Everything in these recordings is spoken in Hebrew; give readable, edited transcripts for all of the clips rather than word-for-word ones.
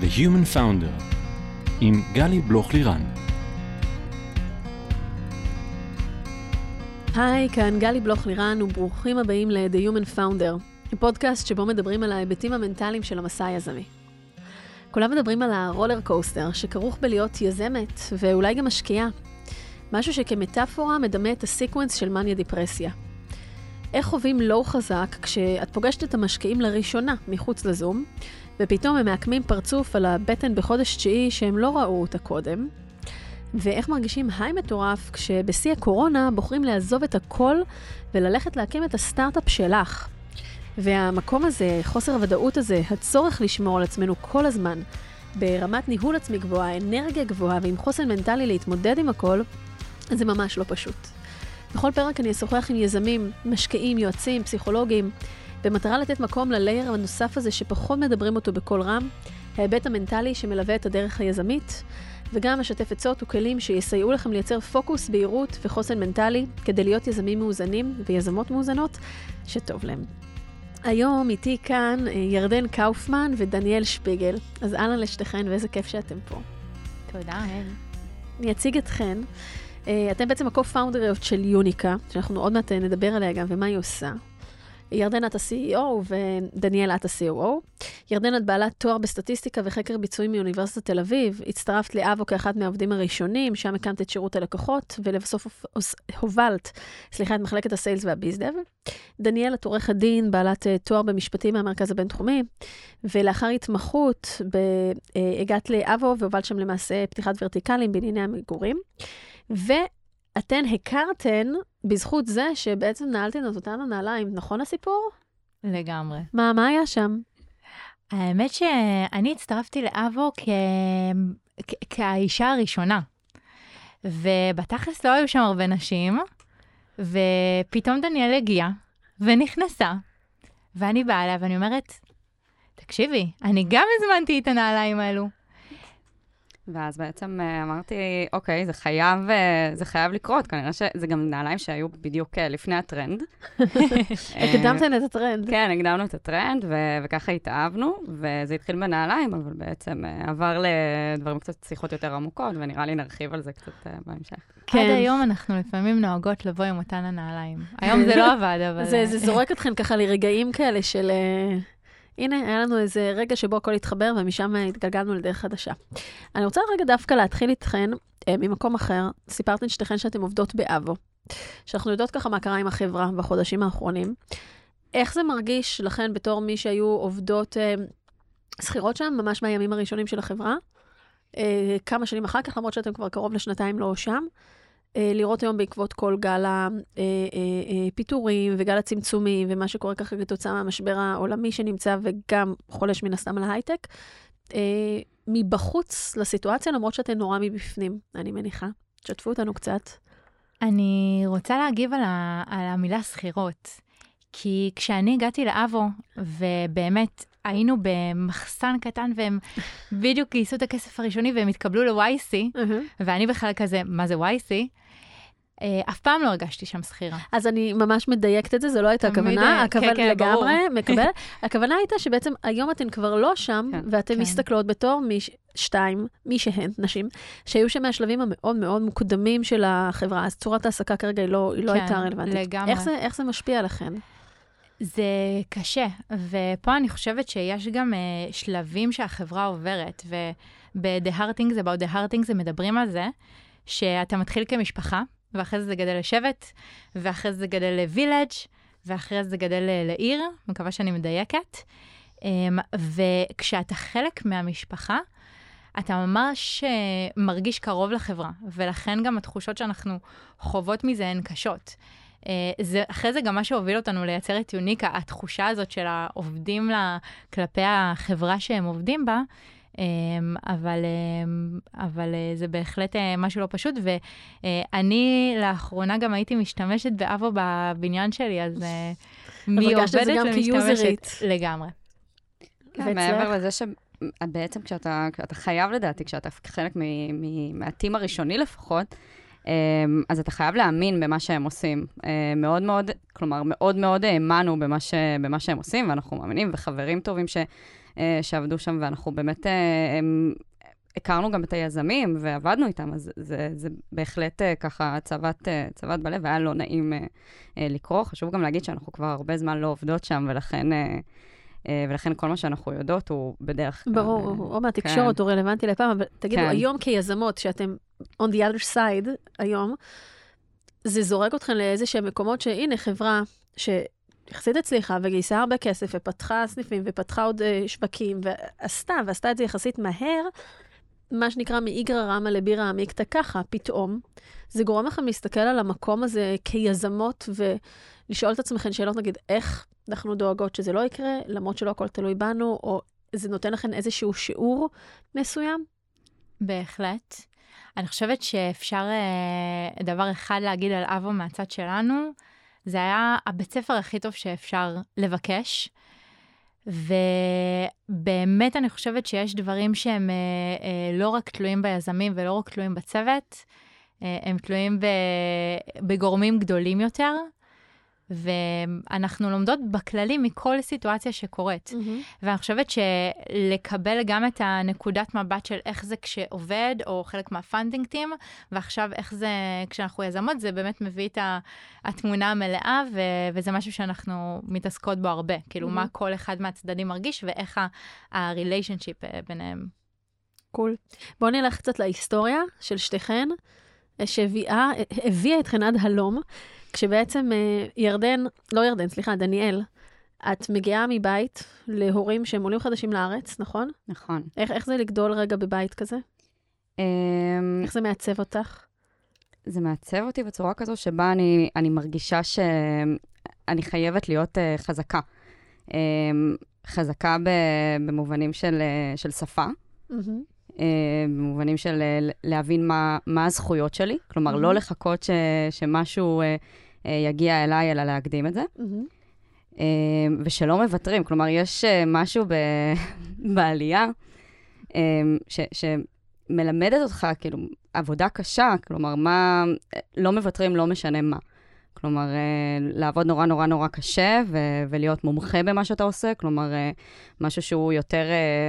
The Human Founder עם גלי בלוך-לירן. היי, כאן גלי בלוך-לירן וברוכים הבאים ל-The Human Founder, הפודקאסט שבו מדברים על ההיבטים המנטליים של המסע היזמי. כולם מדברים על הרולר קוסטר שכרוך בלהיות יזמת ואולי גם משקיעה. משהו שכמטאפורה מדמה את הסיקוונס של מניה דיפרסיה. איך חווים לואו חזק כשאת פוגשת את המשקיעים לראשונה מחוץ לזום, ופתאום הם מעקמים פרצוף על הבטן בחודש תשיעי שהם לא ראו אותה קודם, ואיך מרגישים היי מטורף כשבשיא הקורונה בוחרים לעזוב את הכל וללכת להקים את הסטארט-אפ שלך. והמקום הזה, חוסר הוודאות הזה, הצורך לשמור על עצמנו כל הזמן, ברמת ניהול עצמי גבוהה, אנרגיה גבוהה ועם חוסן מנטלי להתמודד עם הכל, זה ממש לא פשוט. בכל פרק אני אשוחח עם יזמים, משקיעים, יועצים, פסיכולוגים, במטרה לתת מקום ללייר הנוסף הזה שפחות מדברים אותו בכל רם, ההיבט המנטלי שמלווה את הדרך היזמית, וגם משתף עצות וכלים שיסייעו לכם לייצר פוקוס, בהירות וחוסן מנטלי, כדי להיות יזמים מאוזנים ויזמות מאוזנות שטוב להם. היום איתי כאן ירדן קאופמן ודניאל שפיגל. אז אהלן לשתיכן ואיזה כיף שאתם פה. תודה. אני אציג אתכן. אתם בעצם הקו-פאונדריות של יוניקה, שאנחנו עוד מעט נדבר עליה גם ומה היא עושה. ירדן את ה-CEO ודניאל את ה-COO. ירדן את בעלת תואר בסטטיסטיקה וחקר ביצועים מאוניברסיטת תל אביב. הצטרפת לאבו כאחד מהעובדים הראשונים, שם הקמת את שירות הלקוחות, ולבסוף הובלת, את מחלקת הסיילס והביזדב. דניאל את עורכת דין, בעלת תואר במשפטים מהמרכז הבינתחומי, ולאחר התמחות הגעת לאבו והובלת שם למעשה פתיחת ורטיקלים בענייני המגורים. ואתן הכרתן בזכות זה שבעצם נעלתן את אותן הנעליים. נכון הסיפור? לגמרי. מה היה שם? האמת שאני הצטרפתי לאבו כאישה הראשונה. ובתכלס לא היו שם הרבה נשים, ופתאום דניאל הגיעה ונכנסה. ואני באה אליה ואני אומרת, תקשיבי, אני גם הזמנתי את הנעליים האלו. ואז בעצם אמרתי, אוקיי, זה חייב לקרות, כנראה שזה גם נעליים שהיו בדיוק לפני הטרנד. הקדמתן את הטרנד. כן, הקדמנו את הטרנד, וככה התאהבנו, וזה התחיל בנעליים, אבל בעצם עבר לדברים קצת שיחות יותר עמוקות, ונראה לי נרחיב על זה קצת בהמשך. עד היום אנחנו לפעמים נוהגות לבוא עם אותן הנעליים. היום זה לא עבד, אבל... זה זורק אתכן ככה לרגעים כאלה של... הנה, היה לנו איזה רגע שבו הכל התחבר, ומשם התגלגלנו לדרך חדשה. אני רוצה רגע דווקא להתחיל איתכן ממקום אחר. סיפרתן שתיכן שאתם עובדות באבו, שאנחנו יודעות ככה מה קרה עם החברה בחודשים האחרונים. איך זה מרגיש לכן בתור מי שהיו עובדות שכירות שם, ממש מהימים הראשונים של החברה? כמה שנים אחר כך, למרות שאתם כבר קרוב לשנתיים לא שם, לראות היום בעקבות כל גל הפיטורים וגל הצמצומים ומה שקורה ככה כתוצאה מהמשבר העולמי שנמצא וגם חולש מן הסתם על ההייטק, מבחוץ לסיטואציה, למרות שאתן נורא מבפנים, אני מניחה. תשתפו אותנו קצת. אני רוצה להגיב על המילה שכירות, כי כשאני הגעתי לאבו, ובאמת היינו במחסן קטן, והם בדיוק גייסו את הכסף הראשוני, והם התקבלו ל-YC, ואני בכלל כזה, מה זה YC? אף פעם לא הרגשתי שם שכירה. אז אני ממש מדייקת את זה, זה לא הייתה הכוונה, לגמרי מקבל. הכוונה הייתה שבעצם היום אתן כבר לא שם, ואתן מסתכלות בתור מי שהן, נשים, שהיו שם מהשלבים המאוד מאוד מוקדמים של החברה, אז צורת העסקה כרגע היא לא הייתה רלוונטית. לגמרי. איך זה משפיע עליכן? זה קשה, ופה אני חושבת שיש גם שלבים שהחברה עוברת, וב-The Hard Things About the Hard Things הם מדברים על זה, שאתה מתחיל כמשפחה, ואחרי זה גדל לשבט, ואחרי זה גדל לווילג', ואחרי זה גדל לעיר, מקווה שאני מדייקת, וכשאתה חלק מהמשפחה, אתה ממש מרגיש קרוב לחברה, ולכן גם התחושות שאנחנו חוות מזה הן קשות. אחרי זה גם מה שהוביל אותנו לייצר את יוניקה, התחושה הזאת של העובדים כלפי החברה שהם עובדים בה, אבל זה בהחלט משהו לא פשוט, ואני לאחרונה גם הייתי משתמשת באבו בבניין שלי, אז מי עובדת ומשתמשת לגמרי. מעבר לזה שבעצם כשאתה חייב לדעתי, כשאתה חלק מהטים הראשוני לפחות, אז אתה חייב להאמין במה שהם עושים. מאוד מאוד, כלומר, מאוד מאוד האמנו במה שהם עושים, ואנחנו מאמינים, וחברים טובים שעבדו שם, ואנחנו באמת הכרנו גם את היזמים ועבדנו איתם, אז זה בהחלט ככה צבט בלב, והיה לא נעים לקרוא. חשוב גם להגיד שאנחנו כבר הרבה זמן לא עובדות שם, ולכן כל מה שאנחנו יודעות הוא בדרך כלל... ברור, או מהתקשורת הוא רלוונטי לפעם, אבל תגידו, היום כיזמות, שאתם on the other side היום, זה זורק אתכם לאיזה שהם מקומות שהנה חברה שיחסית הצליחה וגייסה הרבה כסף ופתחה סניפים ופתחה עוד שווקים ועשתה את זה יחסית מהר, מה שנקרא מאיגרא רמא לבירא עמיקתא ככה, פתאום. זה גורם לכם להסתכל על המקום הזה כיזמות ולשאול את עצמכם שאלות, נגיד, איך אנחנו דואגות שזה לא יקרה, למרות שלא הכל תלוי בנו, או זה נותן לכם איזשהו שיעור מסוים? בהחלט. אני חושבת שאפשר דבר אחד להגיד על אבו מהצד שלנו, זה היה הבית ספר הכי טוב שאפשר לבקש, ובאמת אני חושבת שיש דברים שהם לא רק תלויים ביזמים ולא רק תלויים בצוות, הם תלויים בגורמים גדולים יותר, ואנחנו לומדות בכללי מכל סיטואציה שקורית. ואני חושבת שלקבל גם את הנקודת מבט של איך זה כשעובד, או חלק מהפנדינג טים, ועכשיו איך זה כשאנחנו יזמות, זה באמת מביא את התמונה המלאה, וזה משהו שאנחנו מתעסקות בו הרבה. כאילו, מה כל אחד מהצדדים מרגיש, ואיך הריליישנשיפ ביניהם. קול. בואו נלך קצת להיסטוריה של שתיכן, שהביאה אתכן עד הלום, כשבעצם דניאל, את מגיעה מבית להורים שהם עולים חדשים לארץ, נכון? נכון. איך זה לגדול רגע בבית כזה? איך זה מעצב אותך? זה מעצב אותי בצורה כזו שבה אני מרגישה שאני חייבת להיות חזקה. חזקה במובנים של שפה. במובנים של להבין מה הזכויות שלי, כלומר, לא לחכות שמשהו יגיע אליי, אלא להקדים את זה. ושלא מוותרים, כלומר, יש משהו בעלייה שמלמדת אותך, כאילו, עבודה קשה, כלומר, לא מוותרים, לא משנה מה. כלומר, לעבוד נורא נורא נורא קשה, ולהיות מומחה במה שאתה עושה, כלומר, משהו שהוא יותר...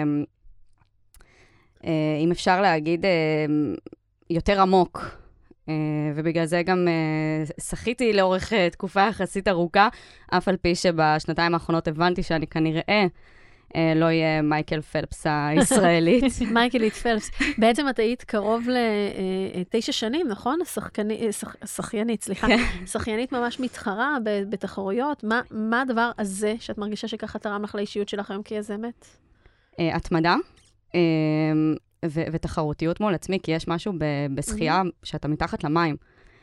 אם אפשר להגיד, יותר עמוק, ובגלל זה גם שחיתי לאורך תקופה יחסית ארוכה, אף על פי שבשנתיים האחרונות הבנתי שאני כנראה לא יהיה מייקל פלפס הישראלית. מייקלית פלפס. בעצם את היית קרוב ל9 שנים, נכון? שחיינית, סליחה. שחיינית ממש מתחרה בתחרויות. מה הדבר הזה שאת מרגישה שככה תרם לך לאישיות שלך היום כיזמת? התמדה. ותחרותיות מול עצמי, כי יש משהו בשחייה שאתה מתחת למים,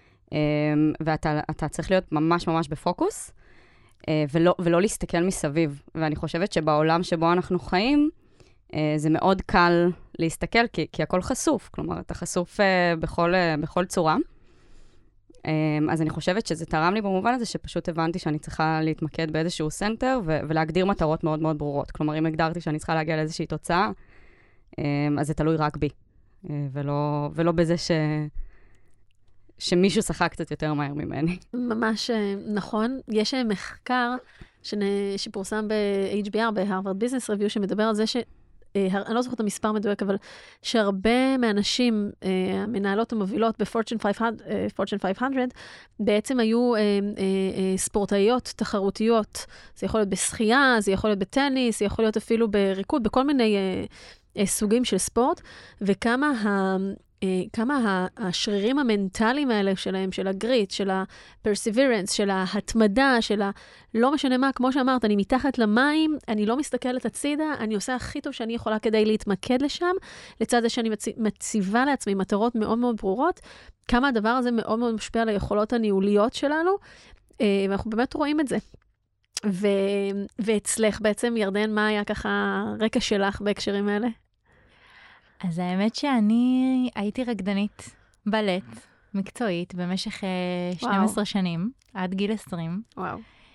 ואתה צריך להיות ממש ממש בפוקוס, ולא להסתכל מסביב. ואני חושבת שבעולם שבו אנחנו חיים, זה מאוד קל להסתכל, כי הכל חשוף, כלומר, אתה חשוף בכל צורה. אז אני חושבת שזה תרם לי במובן הזה, שפשוט הבנתי שאני צריכה להתמקד באיזשהו סנטר, ולהגדיר מטרות מאוד מאוד ברורות. כלומר, אם הגדרתי שאני צריכה להגיע לאיזושהי תוצאה, אז זה תלוי רק בי, ולא בזה שמישהו שחק קצת יותר מהר ממני. ממש נכון. יש מחקר שפורסם ב-HBR, בהרווארד ביזנס ריוויו, שמדבר על זה אני לא זוכרת את המספר מדויק, אבל שהרבה מהאנשים, המנהלות המובילות בפורצ'ן 500, בעצם היו ספורטאיות, תחרותיות. זה יכול להיות בשחייה, זה יכול להיות בטניס, זה יכול להיות אפילו בריקוד, בכל מיני סוגים של ספורט, וכמה השרירים המנטליים האלה שלהם, של הגריט, של הפרסיבירנס, של ההתמדה, לא משנה מה, כמו שאמרת, אני מתחת למים, אני לא מסתכלת הצידה, אני עושה הכי טוב שאני יכולה כדי להתמקד לשם, לצד זה שאני מציבה לעצמי מטרות מאוד מאוד ברורות, כמה הדבר הזה מאוד מאוד משפיע על היכולות הניהוליות שלנו, ואנחנו באמת רואים את זה. ואצלך בעצם, ירדן, מה היה ככה רקע שלך בהקשרים האלה? אז האמת שאני הייתי רקדנית בלט, מקצועית, במשך 12 שנים, עד גיל 20. וואו.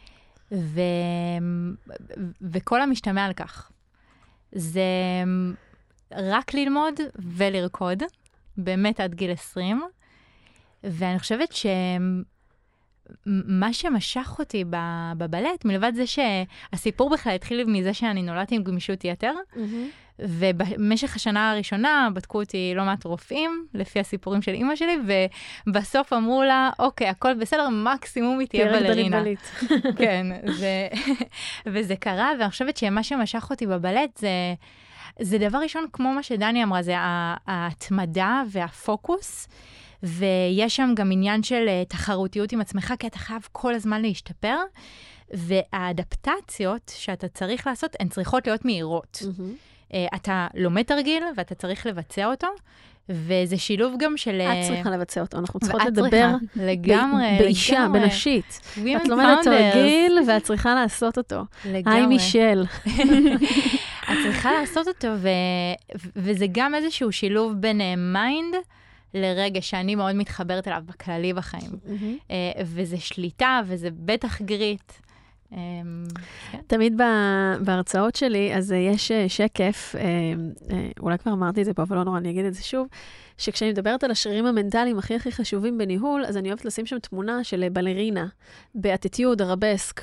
וכל המשתמע על כך. זה רק ללמוד ולרקוד, באמת עד גיל 20. ואני חושבת מה שמשך אותי בבלט, מלבד זה שהסיפור בכלל התחיל מזה שאני נולדתי עם גמישות יתר, ובמשך השנה הראשונה בדקו אותי לא מעט רופאים, לפי הסיפורים של אמא שלי, ובסוף אמרו לה, אוקיי, הכל בסדר, מקסימום היא תהיה בלרינה. כן, וזה קרה, ואני חושבת שמה שמשך אותי בבלט זה דבר ראשון, כמו מה שדני אמרה, זה ההתמדה והפוקוס, ויש שם גם עניין של תחרותיות עם עצמך, כי אתה חייב כל הזמן להשתפר, והאדפטציות שאתה צריך לעשות, הן צריכות להיות מהירות. אתה לומד תרגיל, ואתה צריך לבצע אותו, וזה שילוב גם של... את צריכה לבצע אותו, אנחנו צריכות לדבר לגמרי, באישה, בנשית. את לומדת תרגיל, ואת צריכה לעשות אותו. היי מישל. את צריכה לעשות אותו, וזה גם איזשהו שילוב בין מיינד, לרגע שאני מאוד מתחברת אליו בכללי בחיים. וזה שליטה, וזה בטח גריט. תמיד בהרצאות שלי, אז יש שקף, אולי כבר אמרתי את זה פה, אבל לא נורא, אני אגיד את זה שוב, שכשאני מדברת על השרירים המנטליים הכי חשובים בניהול, אז אני אוהבת לשים שם תמונה של בלרינה, באטיטיוד, הרבסק,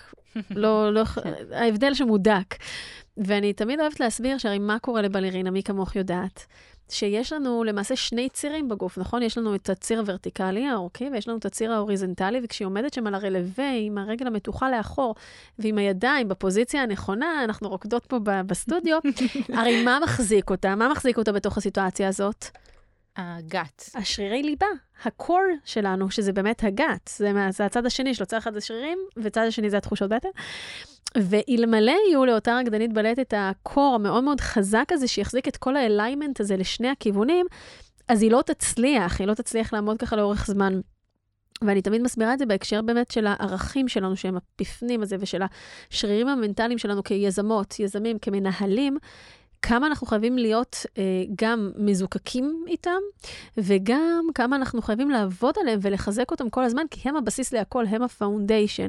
ההבדל שמודק. ואני תמיד אוהבת להסביר שהרי מה קורה לבלרינה, מי כמוך יודעת, שיש לנו למעשה שני צירים בגוף, נכון? יש לנו את הציר הוורטיקלי, האורכי, ויש לנו את הציר ההוריזונטלי, וכשהיא עומדת שם על הרלווה, עם הרגל המתוחה לאחור, ועם הידיים בפוזיציה הנכונה, אנחנו רוקדות פה בסטודיו, הרי מה מחזיק אותה? מה מחזיק אותה בתוך הסיטואציה הזאת? הגת. השרירי ליבה, הקור שלנו, שזה באמת הגת, זה הצד השני שלו, צד אחד זה שרירים, וצד השני זה התחושות בטן. ואלמלא יהיו לאותה רקדנית בלט את הקור המאוד מאוד חזק הזה, שיחזיק את כל האליימנט הזה לשני הכיוונים, אז היא לא תצליח לעמוד ככה לאורך זמן. ואני תמיד מסבירה את זה בהקשר באמת של הערכים שלנו, שהם הפפנים הזה, ושל השרירים המנטליים שלנו כיזמות, יזמים, כמנהלים, כמה אנחנו חייבים להיות גם מזוקקים איתם, וגם כמה אנחנו חייבים לעבוד עליהם ולחזק אותם כל הזמן, כי הם הבסיס להכל, הם הפאונדיישן.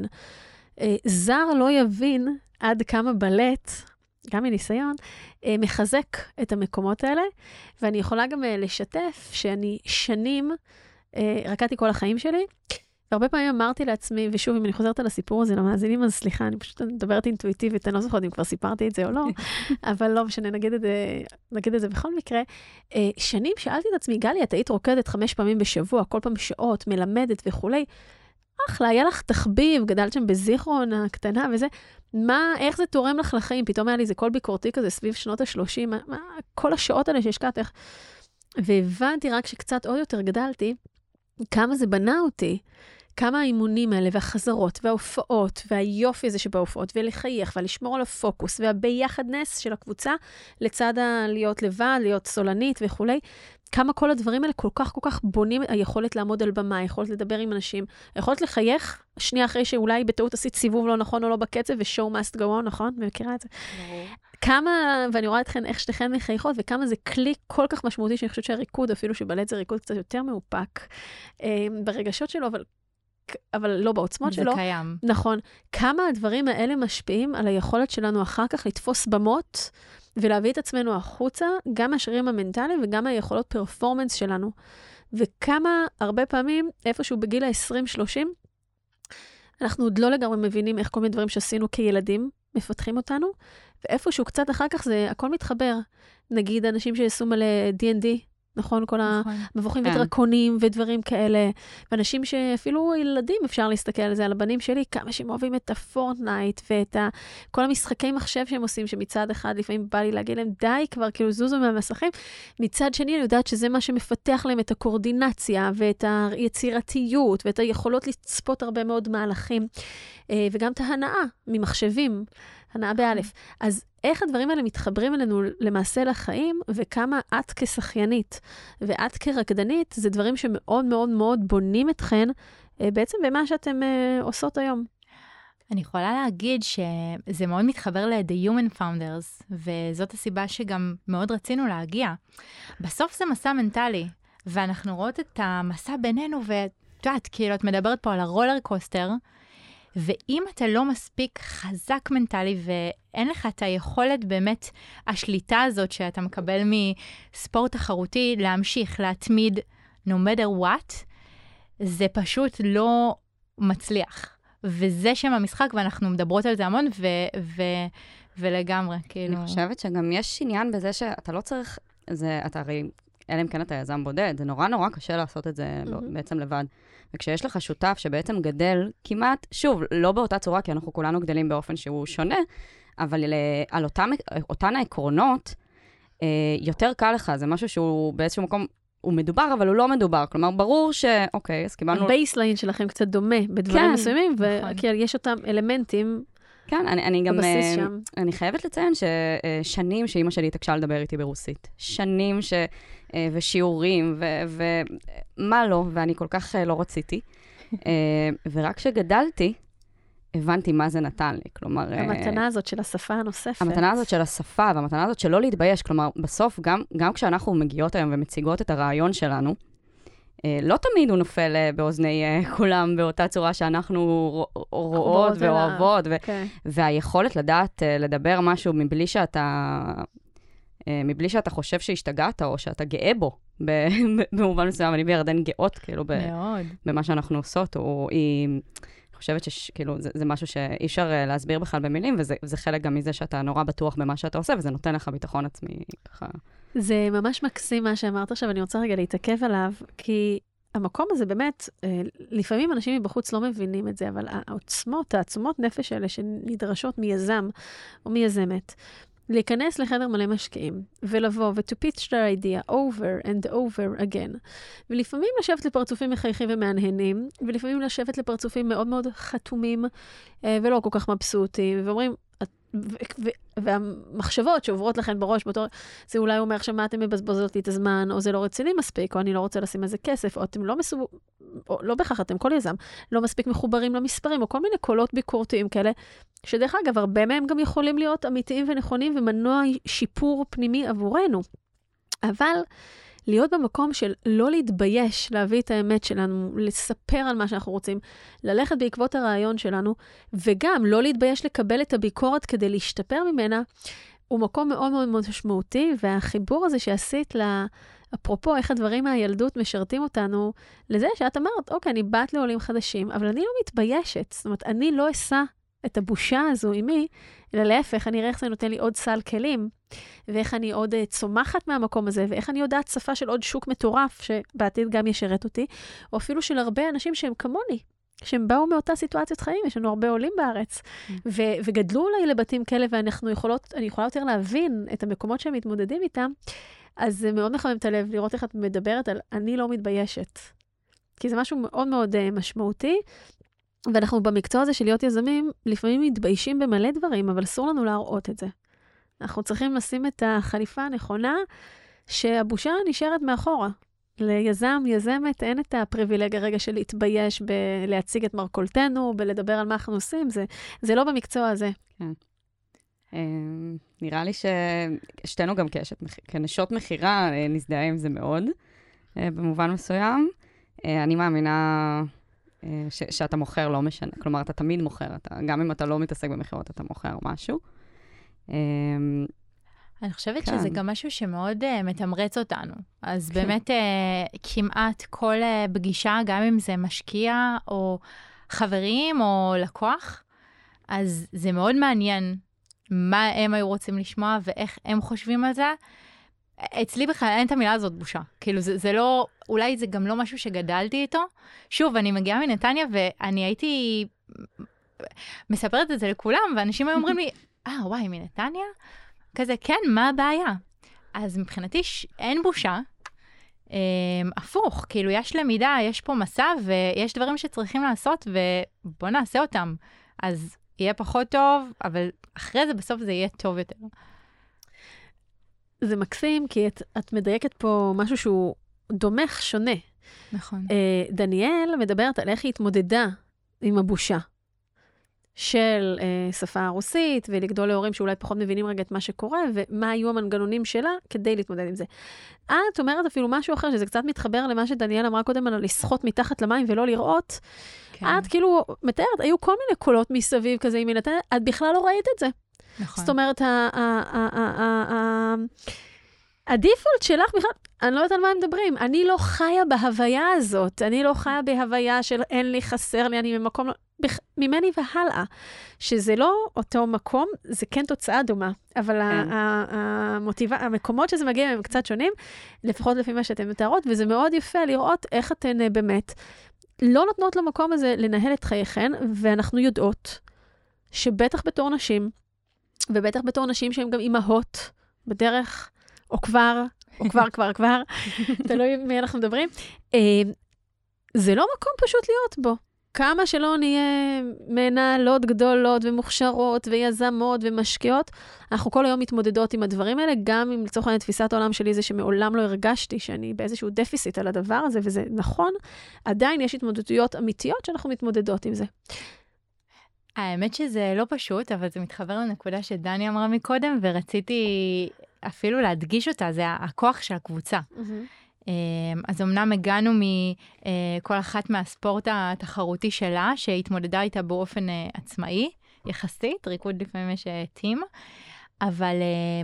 זר לא יבין עד כמה בלט, גם מניסיון, מחזק את המקומות האלה, ואני יכולה גם לשתף שאני שנים רקדתי כל החיים שלי, והרבה פעמים אמרתי לעצמי, ושוב, אם אני חוזרת על הסיפור הזה למאזינים, אז סליחה, אני פשוט מדברת אינטואיטיבית, אני לא זוכרת אם כבר סיפרתי את זה או לא, אבל לא משנה, נגיד את זה בכל מקרה. שנים שאלתי את עצמי, גלי, את היית רוקדת 5 פעמים בשבוע, כל פעם שעות, מלמדת וכולי, אחלה, היה לך תחביב, גדלת שם בזיכרון הקטנה וזה, איך זה תורם לך לחיים? פתאום היה לי זה קול ביקורתי כזה סביב שנות ה-30, כל השעות האלה שהשקעת איך. והבנתי רק שקצת עוד יותר גדלתי, כמה זה בנה אותי, כמה האימונים האלה והחזרות וההופעות והיופי הזה שבהופעות ולחייך ולשמור על הפוקוס והביחדנס של הקבוצה לצד להיות לבד, להיות סולנית וכולי. כמה כל הדברים האלה כל כך בונים, היכולת לעמוד על במה, היכולת לדבר עם אנשים, היכולת לחייך, שנייה אחרי שאולי בטעות עשית סיבוב לא נכון או לא בקצב, ושואו must go on, נכון? מכירה את זה? כמה, ואני רואה אתכן איך שתיכן מחייכות, וכמה זה כלי כל כך משמעותי, שאני חושבת שהריקוד, אפילו שבלט זה ריקוד קצת יותר מאופק, ברגשות שלו, אבל לא בעוצמות שלו. זה קיים. נכון. כמה הדברים האלה משפיעים על היכולת שלנו אחר כך לתפוס במות, ולהביא את עצמנו החוצה, גם מהשרירים המנטליים וגם היכולות פרפורמנס שלנו. וכמה, הרבה פעמים, איפשהו בגיל ה-20-30, אנחנו עוד לא לגמרי מבינים איך כל מיני דברים שעשינו כילדים מפתחים אותנו, ואיפשהו קצת אחר כך זה הכל מתחבר. נגיד אנשים שעשו מלא D&D, נכון? כל המבוכים ודרקונים ודברים כאלה. ואנשים שאפילו ילדים אפשר להסתכל על זה, על הבנים שלי, כמה שהם אוהבים את הפורטנייט ואת כל המשחקי מחשב שהם עושים, שמצד אחד לפעמים בא לי להגיד להם, די כבר, כאילו זוזו מהמסכים. מצד שני, אני יודעת שזה מה שמפתח להם את הקורדינציה ואת היצירתיות ואת היכולות לצפות הרבה מאוד מהלכים. וגם את ההנאה ממחשבים, הנאה באלף. אז איך הדברים האלה מתחברים אלינו למעשה לחיים, וכמה את כשחיינית ואת כרקדנית, זה דברים שמאוד מאוד מאוד בונים אתכן, בעצם במה שאתם עושות היום. אני יכולה להגיד שזה מאוד מתחבר ל-The Human Founders, וזאת הסיבה שגם מאוד רצינו להגיע. בסוף זה מסע מנטלי, ואנחנו רואות את המסע בינינו, ואת יודעת, כאילו את מדברת פה על הרולר קוסטר, ואם אתה לא מספיק חזק מנטלי, ואין לך את היכולת באמת, השליטה הזאת שאתה מקבל מספורט תחרותי, להמשיך, להתמיד, no matter what, זה פשוט מצליח. וזה שם המשחק, ואנחנו מדברות על זה המון, ולגמרי, כאילו... אני חושבת שגם יש עניין בזה שאתה לא צריך, אתה הרי, אלא אם כן אתה יזם בודד, זה נורא נורא קשה לעשות את זה בעצם לבד. וכשיש לך שותף שבעצם גדל כמעט, שוב, לא באותה צורה, כי אנחנו כולנו גדלים באופן שהוא שונה, אבל על אותן העקרונות, יותר קל לך, זה משהו שהוא באיזשהו מקום, הוא מדובר, אבל הוא לא מדובר. כלומר, ברור אוקיי, אז קיבלנו... הבייסליין שלכם קצת דומה בדברים מסוימים, וכי יש אותם אלמנטים כן, אני גם... בבסיס שם. אני חייבת לציין ששנים שאימא שלי התעקשה לדבר איתי ברוסית. שנים ושיעורים, ומה לא, ואני כל כך לא רציתי. ורק כשגדלתי, הבנתי מה זה נתן לי, כלומר... המתנה הזאת של השפה הנוספת. המתנה הזאת של השפה, והמתנה הזאת שלא להתבייש, כלומר, בסוף, גם כשאנחנו מגיעות היום ומציגות את הרעיון שלנו, לא תמיד הוא נופל באוזני כולם באותה צורה שאנחנו רואות ואוהבות, והיכולת לדעת לדבר משהו מבלי שאתה חושב שהשתגעת, או שאתה גאה בו, במובן מסוים, אני וירדן גאות, כאילו, במה שאנחנו עושות, או אני חושבת שכאילו, זה משהו שאי אפשר להסביר בכלל במילים, וזה חלק גם מזה שאתה נורא בטוח במה שאתה עושה, וזה נותן לך ביטחון עצמי ככה. זה ממש מקסים מה שאמרת עכשיו, אני רוצה רגע להתעכב עליו, כי המקום הזה באמת, לפעמים אנשים מבחוץ לא מבינים את זה, אבל העצומות נפש האלה שנדרשות מיזם או מיזמת, להיכנס לחדר מלא משקיעים, ולבוא to pitch their idea over and over again. ולפעמים לשבת לפרצופים מחייכים ומענהנים, ולפעמים לשבת לפרצופים מאוד מאוד חתומים, ולא כל כך מבסוטים, ואומרים, והמחשבות שעוברות לכן בראש, זה אולי אומר שמה אתם מבזבזות לי את הזמן, או זה לא רציני מספיק, או אני לא רוצה לשים איזה כסף, או אתם לא בכך, אתם כל יזם, לא מספיק מחוברים למספרים, או כל מיני קולות ביקורתיים כאלה, שדרך אגב, הרבה מהם גם יכולים להיות אמיתיים ונכונים, ומנוע שיפור פנימי עבורנו. אבל להיות במקום של לא להתבייש, להביא את האמת שלנו, לספר על מה שאנחנו רוצים, ללכת בעקבות הרעיון שלנו, וגם לא להתבייש לקבל את הביקורת כדי להשתפר ממנה, הוא מקום מאוד מאוד מאוד משמעותי, והחיבור הזה שעשית אפרופו איך הדברים מהילדות משרתים אותנו, לזה שאת אמרת, אוקיי, אני בת לעולים חדשים, אבל אני לא מתביישת, זאת אומרת, אני לא אשא את הבושה הזו עימי, אלא להפך, אני אראה איך זה נותן לי עוד סל כלים, ואיך אני עוד צומחת מהמקום הזה, ואיך אני יודעת שפה של עוד שוק מטורף, שבעתיד גם ישרת אותי, או אפילו של הרבה אנשים שהם כמוני, שהם באו מאותה סיטואציות חיים, יש לנו הרבה עולים בארץ, וגדלו אולי לבתים כאלה, ואני יכולה יותר להבין את המקומות שהם מתמודדים איתם, אז זה מאוד מחמם את הלב לראות איך את מדברת על אני לא מתביישת. כי זה משהו מאוד מאוד משמעותי, ואנחנו במקצוע הזה של להיות יזמים, לפעמים מתביישים במלא דברים, אבל אסור לנו להראות את זה. אנחנו צריכים לשים את החליפה הנכונה, שהבושה נשארת מאחורה. ליזם, יזמת, אין את הפריבילגיה רגע של להתבייש בלהציג את מרכולתנו, בלדבר על מה אנחנו עושים, זה לא במקצוע הזה. כן. נראה לי ששתינו גם כנשות מחירה נזדהה עם זה מאוד, במובן מסוים. אני מאמינה שאתה מוכר לא משנה, כלומר, אתה תמיד מוכר, גם אם אתה לא מתעסק במחירות, אתה מוכר משהו. אני חושבת שזה גם משהו שמאוד מתמרץ אותנו. אז באמת כמעט כל פגישה, גם אם זה משקיע או חברים או לקוח, אז זה מאוד מעניין מה הם היו רוצים לשמוע ואיך הם חושבים על זה. אצלי בכלל אין את המילה הזאת בושה. כאילו זה לא, אולי זה גם לא משהו שגדלתי איתו. שוב, אני מגיעה מנתניה ואני הייתי מספרת את זה לכולם, ואנשים היו אומרים לי, וואי, מנתניה? כזה, כן, מה הבעיה? אז מבחינתי אין בושה. הפוך, כאילו יש למידה, יש פה מסע, ויש דברים שצריכים לעשות, ובוא נעשה אותם. אז יהיה פחות טוב, אבל אחרי זה בסוף זה יהיה טוב יותר. זה מקסים, כי את מדייקת פה משהו שהוא דומך שונה. נכון. דניאל מדברת על איך היא התמודדה עם הבושה של שפה רוסית, ולגדול להורים שאולי פחות מבינים רגע את מה שקורה, ומה היו המנגנונים שלה כדי להתמודד עם זה. את אומרת אפילו משהו אחר, שזה קצת מתחבר למה שדניאל אמרה קודם, על לשחות מתחת למים ולא לראות. כן. את כאילו מתארת, היו כל מיני קולות מסביב כזה, את בכלל לא ראית את זה. נכון. זאת אומרת, הדיפולט שלך בכלל, אני לא יודעת על מה הם מדברים. אני לא חיה בהוויה הזאת. אני לא חיה בהוויה של אין לי, חסר לי, אני במקום, ממני והלאה. שזה לא אותו מקום, זה כן תוצאה דומה. אבל המקומות שזה מגיע הם קצת שונים, לפחות לפי מה שאתם מתארות, וזה מאוד יפה לראות איך אתן באמת לא נותנות למקום הזה לנהל את חייכן, ואנחנו יודעות שבטח בתור נשים, ובטח בתור נשים שהן גם אימהות בדרך, או כבר, תלוי מי אנחנו מדברים, זה לא מקום פשוט להיות בו. כמה שלא נהיה מנהלות גדולות ומוכשרות ויזמות ומשקיעות, אנחנו כל היום מתמודדות עם הדברים האלה, גם אם לצורך העניין תפיסת העולם שלי זה שמעולם לא הרגשתי שאני באיזשהו דפיסיט על הדבר הזה, וזה נכון, עדיין יש התמודדויות אמיתיות שאנחנו מתמודדות עם זה. האמת שזה לא פשוט, אבל זה מתחבר לנקודה שדני אמרה מקודם, ורציתי אפילו להדגיש אותה, זה הכוח של הקבוצה. אז אמנם הגענו מכל אחת מהספורט התחרותי שלה, שהתמודדה איתה באופן עצמאי, יחסית, ריקוד לפעמים יש טים, אבל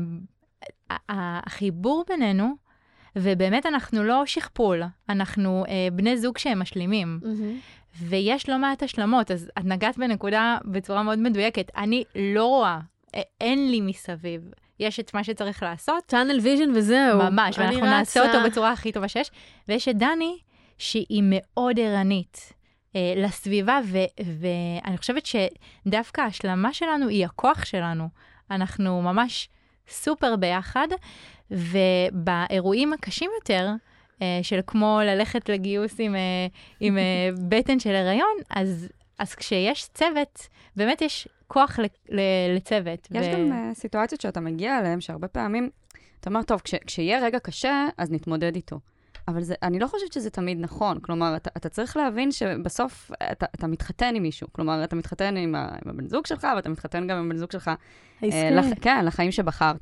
החיבור בינינו, ובאמת אנחנו לא שכפול, אנחנו בני זוג שהם משלימים. ויש לא מעט השלמות, אז את נגעת בנקודה בצורה מאוד מדויקת. אני לא רואה, אין לי מסביב. יש את מה שצריך לעשות. טאנל ויז'ן וזהו. ממש, ואנחנו נעשה אותו בצורה הכי טובה שיש. ויש את דני, שהיא מאוד ערנית לסביבה, ואני חושבת שדווקא ההשלמה שלנו היא הכוח שלנו. אנחנו ממש סופר ביחד, ובאירועים הקשים יותר, של כמו ללכת לגיוס עם בטן של הריון, אז כשיש צוות, באמת יש כוח לצוות. יש גם סיטואציות שאתה מגיע אליהן, שהרבה פעמים, אתה אומר, טוב, כשיהיה רגע קשה, אז נתמודד איתו. אבל אני לא חושבת שזה תמיד נכון. כלומר, אתה צריך להבין שבסוף אתה מתחתן עם מישהו. כלומר, אתה מתחתן עם הבן זוג שלך, ואתה מתחתן גם עם הבן זוג שלך. כן, לחיים שבחרת.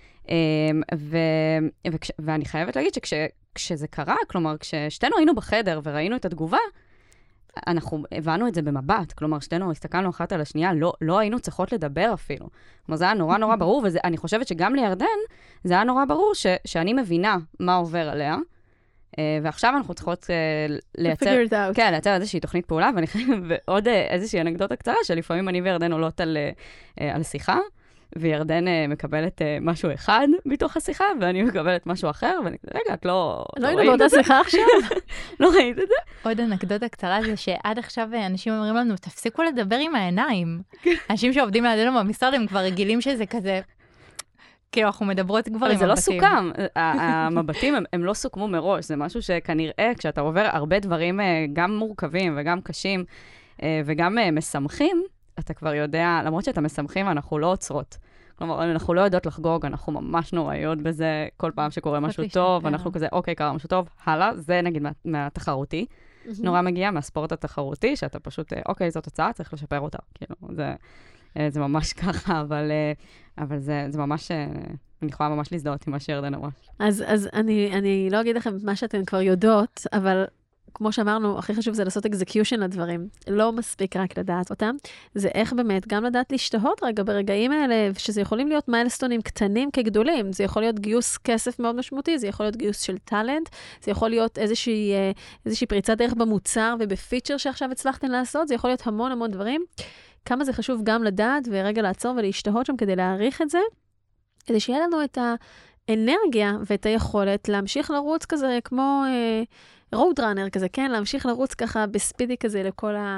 ואני חייבת להגיד שכשזה קרה, כלומר, כששתינו היינו בחדר וראינו את התגובה, אנחנו הבנו את זה במבט, כלומר, שתינו הסתכלנו אחת על השנייה, לא היינו צריכות לדבר אפילו. כלומר, זה היה נורא נורא ברור, ואני חושבת שגם לירדן, זה היה נורא ברור שאני מבינה מה עובר עליה, ועכשיו אנחנו צריכות לייצר איזושהי תוכנית פעולה, ועוד איזושהי אנקדוטה קצרה, שלפעמים אני וירדן עולות על שיחה, וירדן מקבלת משהו אחד מתוך השיחה, ואני מקבלת משהו אחר, ואני רגע, את לא היינו באותה שיחה עכשיו? לא ראית את זה? עוד אנקדוטה קצרה זה שעד עכשיו אנשים אומרים לנו, תפסיקו לדבר עם העיניים. אנשים שעובדים לידינו במשרד, הם כבר רגילים שזה כזה, כאילו אנחנו מדברות כבר עם מבטים. אבל זה לא סוכם, המבטים הם לא סוכמו מראש, זה משהו שכנראה כשאתה עובר הרבה דברים גם מורכבים וגם קשים וגם משמחים, אתה כבר יודע, למרות שאתה משמחים, אנחנו לא עוצרות. כלומר, אנחנו לא יודעות לחגוג, אנחנו ממש נוראיות בזה, כל פעם שקורה משהו טוב, אנחנו כזה, אוקיי, קרה משהו טוב, הלאה, זה נגיד מהתחרותי. נורא מגיע מהספורט התחרותי, שאתה פשוט, אוקיי, זאת תוצאה, צריך לשפר אותה. כאילו, זה ממש ככה, אבל זה ממש, אני יכולה ממש להזדהות עם מה שירדן אמרה. אז אני לא אגיד לכם מה שאתן כבר יודעות, אבל כמו שאמרנו, הכי חשוב זה לעשות execution לדברים. לא מספיק רק לדעת אותם. זה איך באמת גם לדעת להשתהות רגע ברגעים האלה, שזה יכולים להיות מיילסטונים קטנים כגדולים. זה יכול להיות גיוס כסף מאוד משמעותי, זה יכול להיות גיוס של טלנט, זה יכול להיות איזושהי פריצת דרך במוצר ובפיצ'ר שעכשיו הצלחתם לעשות, זה יכול להיות המון המון דברים. כמה זה חשוב גם לדעת ורגע לעצור ולהשתהות שם כדי להעריך את זה, כדי שיהיה לנו את האנרגיה ואת היכולת להמשיך לרוץ כזה כמו road runner כזה, כן? להמשיך לרוץ ככה בספידי כזה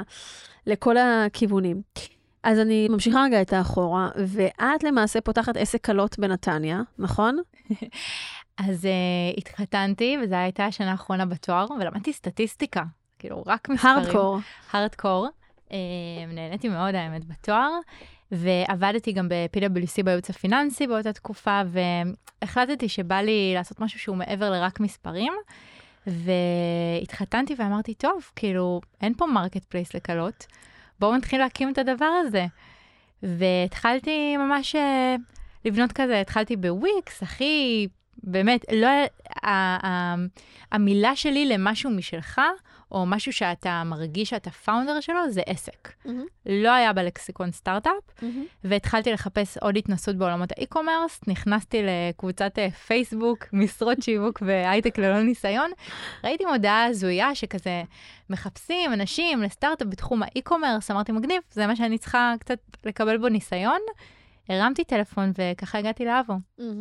לכל הכיוונים. אז אני ממשיכה רגע את האחורה, ואת למעשה פותחת עסק קלות בנתניה, נכון? אז התחתנתי, וזו הייתה השנה האחרונה בתואר, ולמדתי סטטיסטיקה, כאילו רק מספרים. הארדקור. נהניתי מאוד האמת בתואר, ועבדתי גם ב-PwC בייעוץ הפיננסי באותה תקופה, והחלטתי שבא לי לעשות משהו שהוא מעבר לרק מספרים, והתחתנתי ואמרתי, טוב, כאילו, אין פה מרקט פלייס לקלות, בואו נתחיל להקים את הדבר הזה. והתחלתי ממש לבנות כזה, התחלתי בוויקס, הכי, באמת, לא, המילה שלי למשהו משלך, או משהו שאתה מרגיש שאתה פאונדר שלו, זה עסק. לא היה בלקסיקון סטארט-אפ, והתחלתי לחפש עוד התנסות בעולמות האי-קומרס, נכנסתי לקבוצת פייסבוק, משרות שיווק והייטק ללא ניסיון, ראיתי מודעה הזויה שכזה מחפשים אנשים לסטארט-אפ בתחום האי-קומרס, אמרתי מגניב, זה מה שאני צריכה קצת לקבל בו ניסיון, הרמתי טלפון וככה הגעתי לאבו.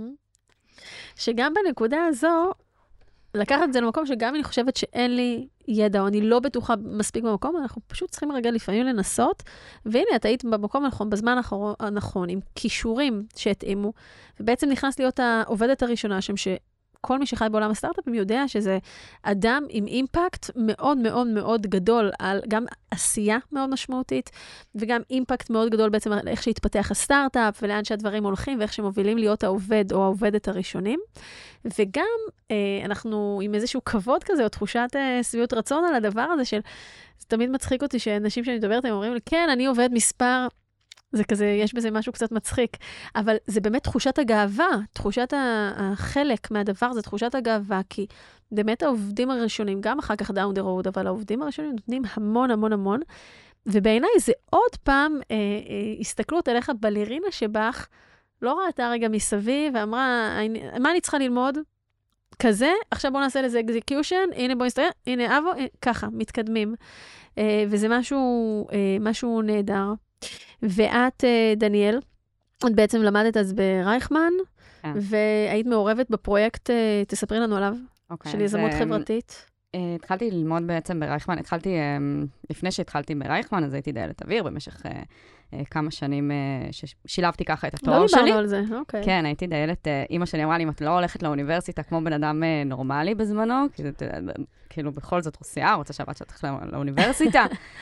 שגם בנקודה הזו, לקחת את זה למקום שגם אני חושבת שאין לי ידע, או אני לא בטוחה מספיק במקום, אנחנו פשוט צריכים רגע לפעמים לנסות, והנה, את היית במקום הנכון, בזמן הנכון, עם כישורים שהתאימו, ובעצם נכנס להיות העובדת הראשונה שם, כל מי שחי בעולם הסטארט-אפים יודע שזה אדם עם אימפקט מאוד מאוד מאוד גדול, על גם עשייה מאוד משמעותית, וגם אימפקט מאוד גדול בעצם על איך שהתפתח הסטארט-אפ, ולאן שהדברים הולכים, ואיך שמובילים להיות העובד או העובדת הראשונים. וגם אנחנו עם איזשהו כבוד כזה, או תחושת שביעות רצון על הדבר הזה של, זה תמיד מצחיק אותי שאנשים שאני מדברת, הם אומרים לי, כן, אני עובד מספר, זה כזה, יש בזה משהו קצת מצחיק, אבל זה באמת תחושת הגאווה, תחושת החלק מהדבר, זה תחושת הגאווה, כי באמת העובדים הראשונים, גם אחר כך down the road, אבל העובדים הראשונים נותנים המון המון המון, ובעיניי זה עוד פעם הסתכלות אליך בלרינה שבך, לא ראתה רגע מסביב, ואמרה, מה אני צריכה ללמוד? כזה, עכשיו בוא נעשה לזה execution, הנה בוא נסתכל, הנה אבו, ככה, מתקדמים. וזה משהו נהדר. ואת, דניאל, את בעצם למדת אז ברייכמן, והיית מעורבת בפרויקט, תספרי לנו עליו, של יזמות חברתית. התחלתי ללמוד בעצם ברייכמן, לפני שהתחלתי ברייכמן, אז הייתי דיילת אוויר במשך כמה שנים ששילבתי ככה את התואר שלי. לא דיברנו על זה, אוקיי. כן, הייתי דיילת, אמא שלי אמרה לי, אם את לא הולכת לאוניברסיטה כמו בן אדם נורמלי בזמנו, כאילו בכל זאת רוסיה, רוצה שהבת שאת הולכת לאוניברסיטה,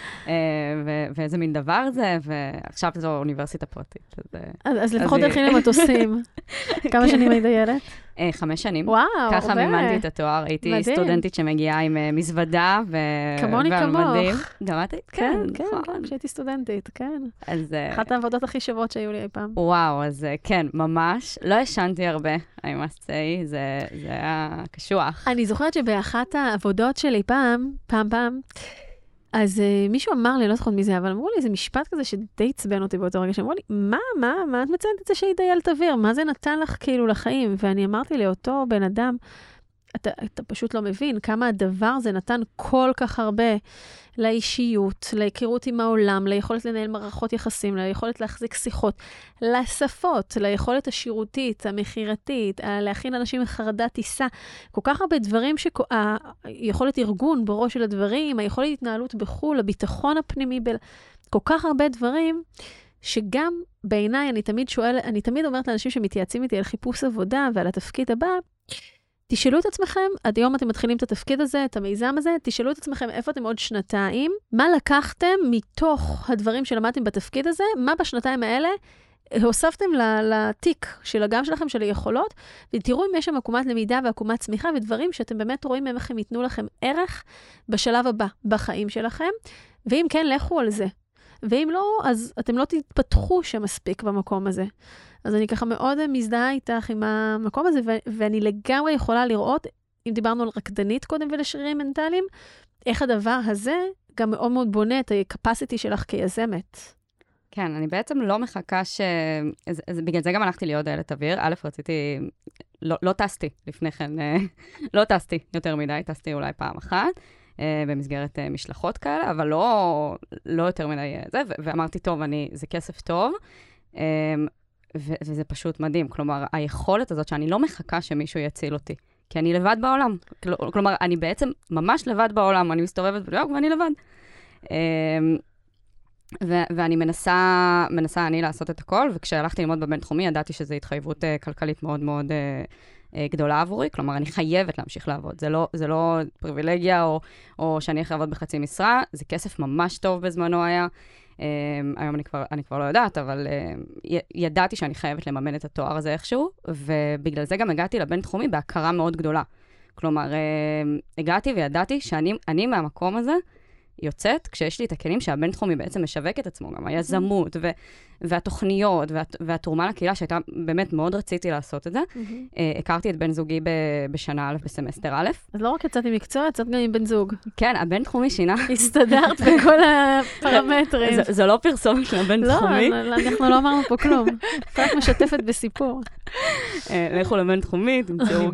ואיזה מין דבר זה, ועכשיו זו אוניברסיטה פרטית. אז לפחות הלכי למטוסים. כמה שנים היית דיילת? 5 שנים. וואו, ככה מימנתי את התואר, הייתי סטודנטית שמגיעה עם מזוודה כמוני כמוך. גם את? כן, כן, כשהייתי סטודנטית, כן. אחת העבודות הכי שוות שהיו לי אי פעם. וואו, אז כן, ממש. לא ישנתי הרבה, I must say, זה היה קשוח. אני זוכרת שבאחת העבודות שלי פעם, אז מישהו אמר לי, לא זוכרת מי זה, אבל אמרו לי איזה משפט כזה שדי עצבן אותי באותו רגע, שאמרו לי, מה את מציינת את זה שהיא דיילת אוויר? מה זה נתן לך כאילו לחיים? ואני אמרתי לאותו בן אדם, אתה פשוט לא מבין כמה הדבר הזה נתן כל כך הרבה לאישיות, להיכרות עם העולם, ליכולת לנהל מערכות יחסים, ליכולת להחזיק שיחות, לשפות, ליכולת השירותית, המחירתית, להכין אנשים מחרדת טיסה, כל כך הרבה דברים, היכולת ארגון בראש של הדברים, היכולת התנהלות בחול, הביטחון הפנימי, כל כך הרבה דברים, שגם בעיניי אני תמיד אומרת לאנשים שמתייעצים איתי על חיפוש עבודה ועל התפקיד הבא, תשאלו את עצמכם, עד היום אתם מתחילים את התפקיד הזה, את המיזם הזה, תשאלו את עצמכם איפה אתם עוד שנתיים, מה לקחתם מתוך הדברים שלמדתם בתפקיד הזה, מה בשנתיים האלה הוספתם לתיק של הגם שלכם, של היכולות, ותראו אם יש שם עקומת למידה ועקומת צמיחה, ודברים שאתם באמת רואים איך הם ייתנו לכם ערך בשלב הבא, בחיים שלכם, ואם כן, לכו על זה. ואם לא, אז אתם לא תתפתחו שמספיק במקום הזה. אז אני ככה מאוד מזדהה איתך עם המקום הזה, ואני לגמרי יכולה לראות, אם דיברנו על רקדנית קודם ולשרירים מנטליים, איך הדבר הזה גם מאוד מאוד בונה את ה-capacity שלך כיזמת. כן, אני בעצם לא מחכה בגלל זה גם הלכתי להיות דיילת אוויר. א', רציתי, לא טסתי לפני כן, לא טסתי יותר מדי, טסתי אולי פעם אחת, במסגרת משלחות כאלה, אבל לא יותר מדי זה, ואמרתי, טוב, זה כסף טוב, וזה פשוט מדהים. כלומר, היכולת הזאת שאני לא מחכה שמישהו יציל אותי, כי אני לבד בעולם. כלומר, אני בעצם ממש לבד בעולם, אני מסתובבת בניו יורק ואני לבד. ואני מנסה אני לעשות את הכל, וכשהלכתי ללמוד בבינתחומי, ידעתי שזו התחייבות כלכלית מאוד מאוד גדולה עבורי, כלומר, אני חייבת להמשיך לעבוד. זה לא פריבילגיה, או שאני איך לעבוד בחצי משרה, זה כסף ממש טוב בזמנו היה. היום אני כבר לא יודעת, אבל ידעתי שאני חייבת לממן את התואר הזה איכשהו, ובגלל זה גם הגעתי לבינתחומי בהכרה מאוד גדולה. כלומר, הגעתי וידעתי שאני מהמקום הזה, יוצאת, כשיש לי את הכלים שהבינתחומי בעצם משווק את עצמו, גם היזמות והתוכניות והתרומה לקהילה, שהייתה באמת מאוד רציתי לעשות את זה. הכרתי את בן זוגי בשנה א' בסמסטר א'. אז לא רק יצאת עם מקצוע, יצאת גם עם בן זוג. כן, הבינתחומי שינה. הסתדרת בכל הפרמטרים. זה לא פרסומת של הבינתחומי. לא, אנחנו לא אמרנו פה כלום. רק משתפת בסיפור. לכו לבינתחומי, תמצאו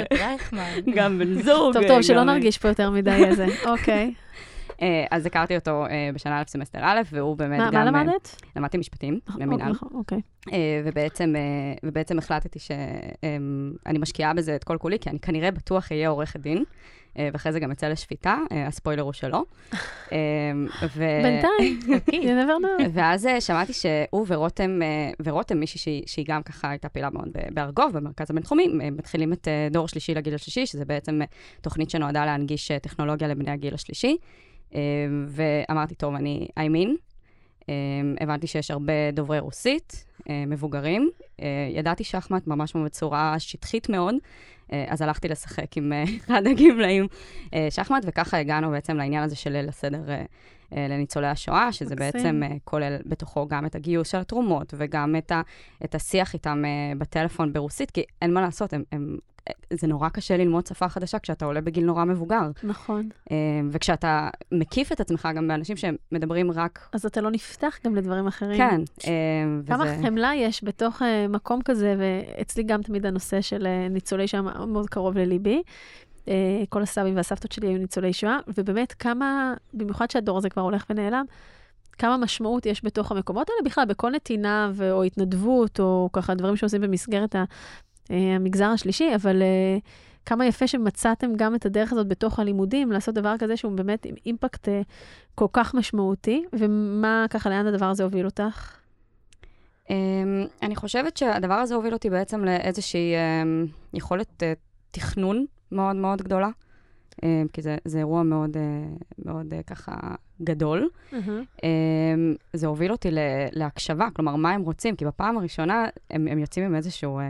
גם בן זוג. טוב, שלא נרגיש פה יותר מדי איזה. אוקיי. אז הכרתי אותו בשנה א' סמסטר א', והוא באמת גם... מה למדת? למדתי משפטים, במינהל. אוקיי. ובעצם החלטתי שאני משקיעה בזה את כל כולי, כי אני כנראה בטוח אהיה עורכת דין, ואחרי זה גם יצא לשפיטה, הספוילר הוא שלו. בינתיים, you never know. ואז שמעתי שהוא ורותם, מישהי שהיא גם ככה הייתה פעילה מאוד בארגוב, במרכז הבינתחומי, מתחילים את דור שלישי לגיל השלישי, שזה בעצם תוכנית שנועדה להנגיש טכנולוגיה לבני הגיל השלישי. ואמרתי, טוב, אני אימין. הבנתי שיש הרבה דוברי רוסית, מבוגרים. ידעתי שחמט ממש בצורה שטחית מאוד, אז הלכתי לשחק עם אחד הגמלאים שחמט, וככה הגענו בעצם לעניין הזה של ליל הסדר לניצולי השואה, שזה בעצם כולל בתוכו גם את הגיוס של התרומות, וגם את השיח איתם בטלפון ברוסית, כי אין מה לעשות, זה נורא קשה ללמוד שפה חדשה כשאתה עולה בגיל נורא מבוגר. נכון. וכשאתה מקיף את עצמך גם באנשים שמדברים רק... אז אתה לא נפתח גם לדברים אחרים. כן. כמה חמלה יש בתוך מקום כזה, ואצלי גם תמיד הנושא של ניצולי שואה מאוד קרוב לליבי. כל הסבים והסבתות שלי היו ניצולי שואה, ובאמת כמה, במיוחד שהדור הזה כבר הולך ונעלם, כמה משמעות יש בתוך המקומות האלה, בכלל בכל נתינה או התנדבות, או ככה דברים שעושים במסגרת המגזר השלישי, אבל כמה יפה שמצאתם גם את הדרך הזאת בתוך הלימודים, לעשות דבר כזה שהוא באמת עם אימפקט כל כך משמעותי, ומה ככה, לאן הדבר הזה הוביל אותך? אני חושבת שהדבר הזה הוביל אותי בעצם לאיזושהי יכולת תכנון מאוד מאוד גדולה, כי זה אירוע מאוד, מאוד ככה גדול. זה הוביל אותי להקשבה, כלומר, מה הם רוצים, כי בפעם הראשונה הם יוצאים עם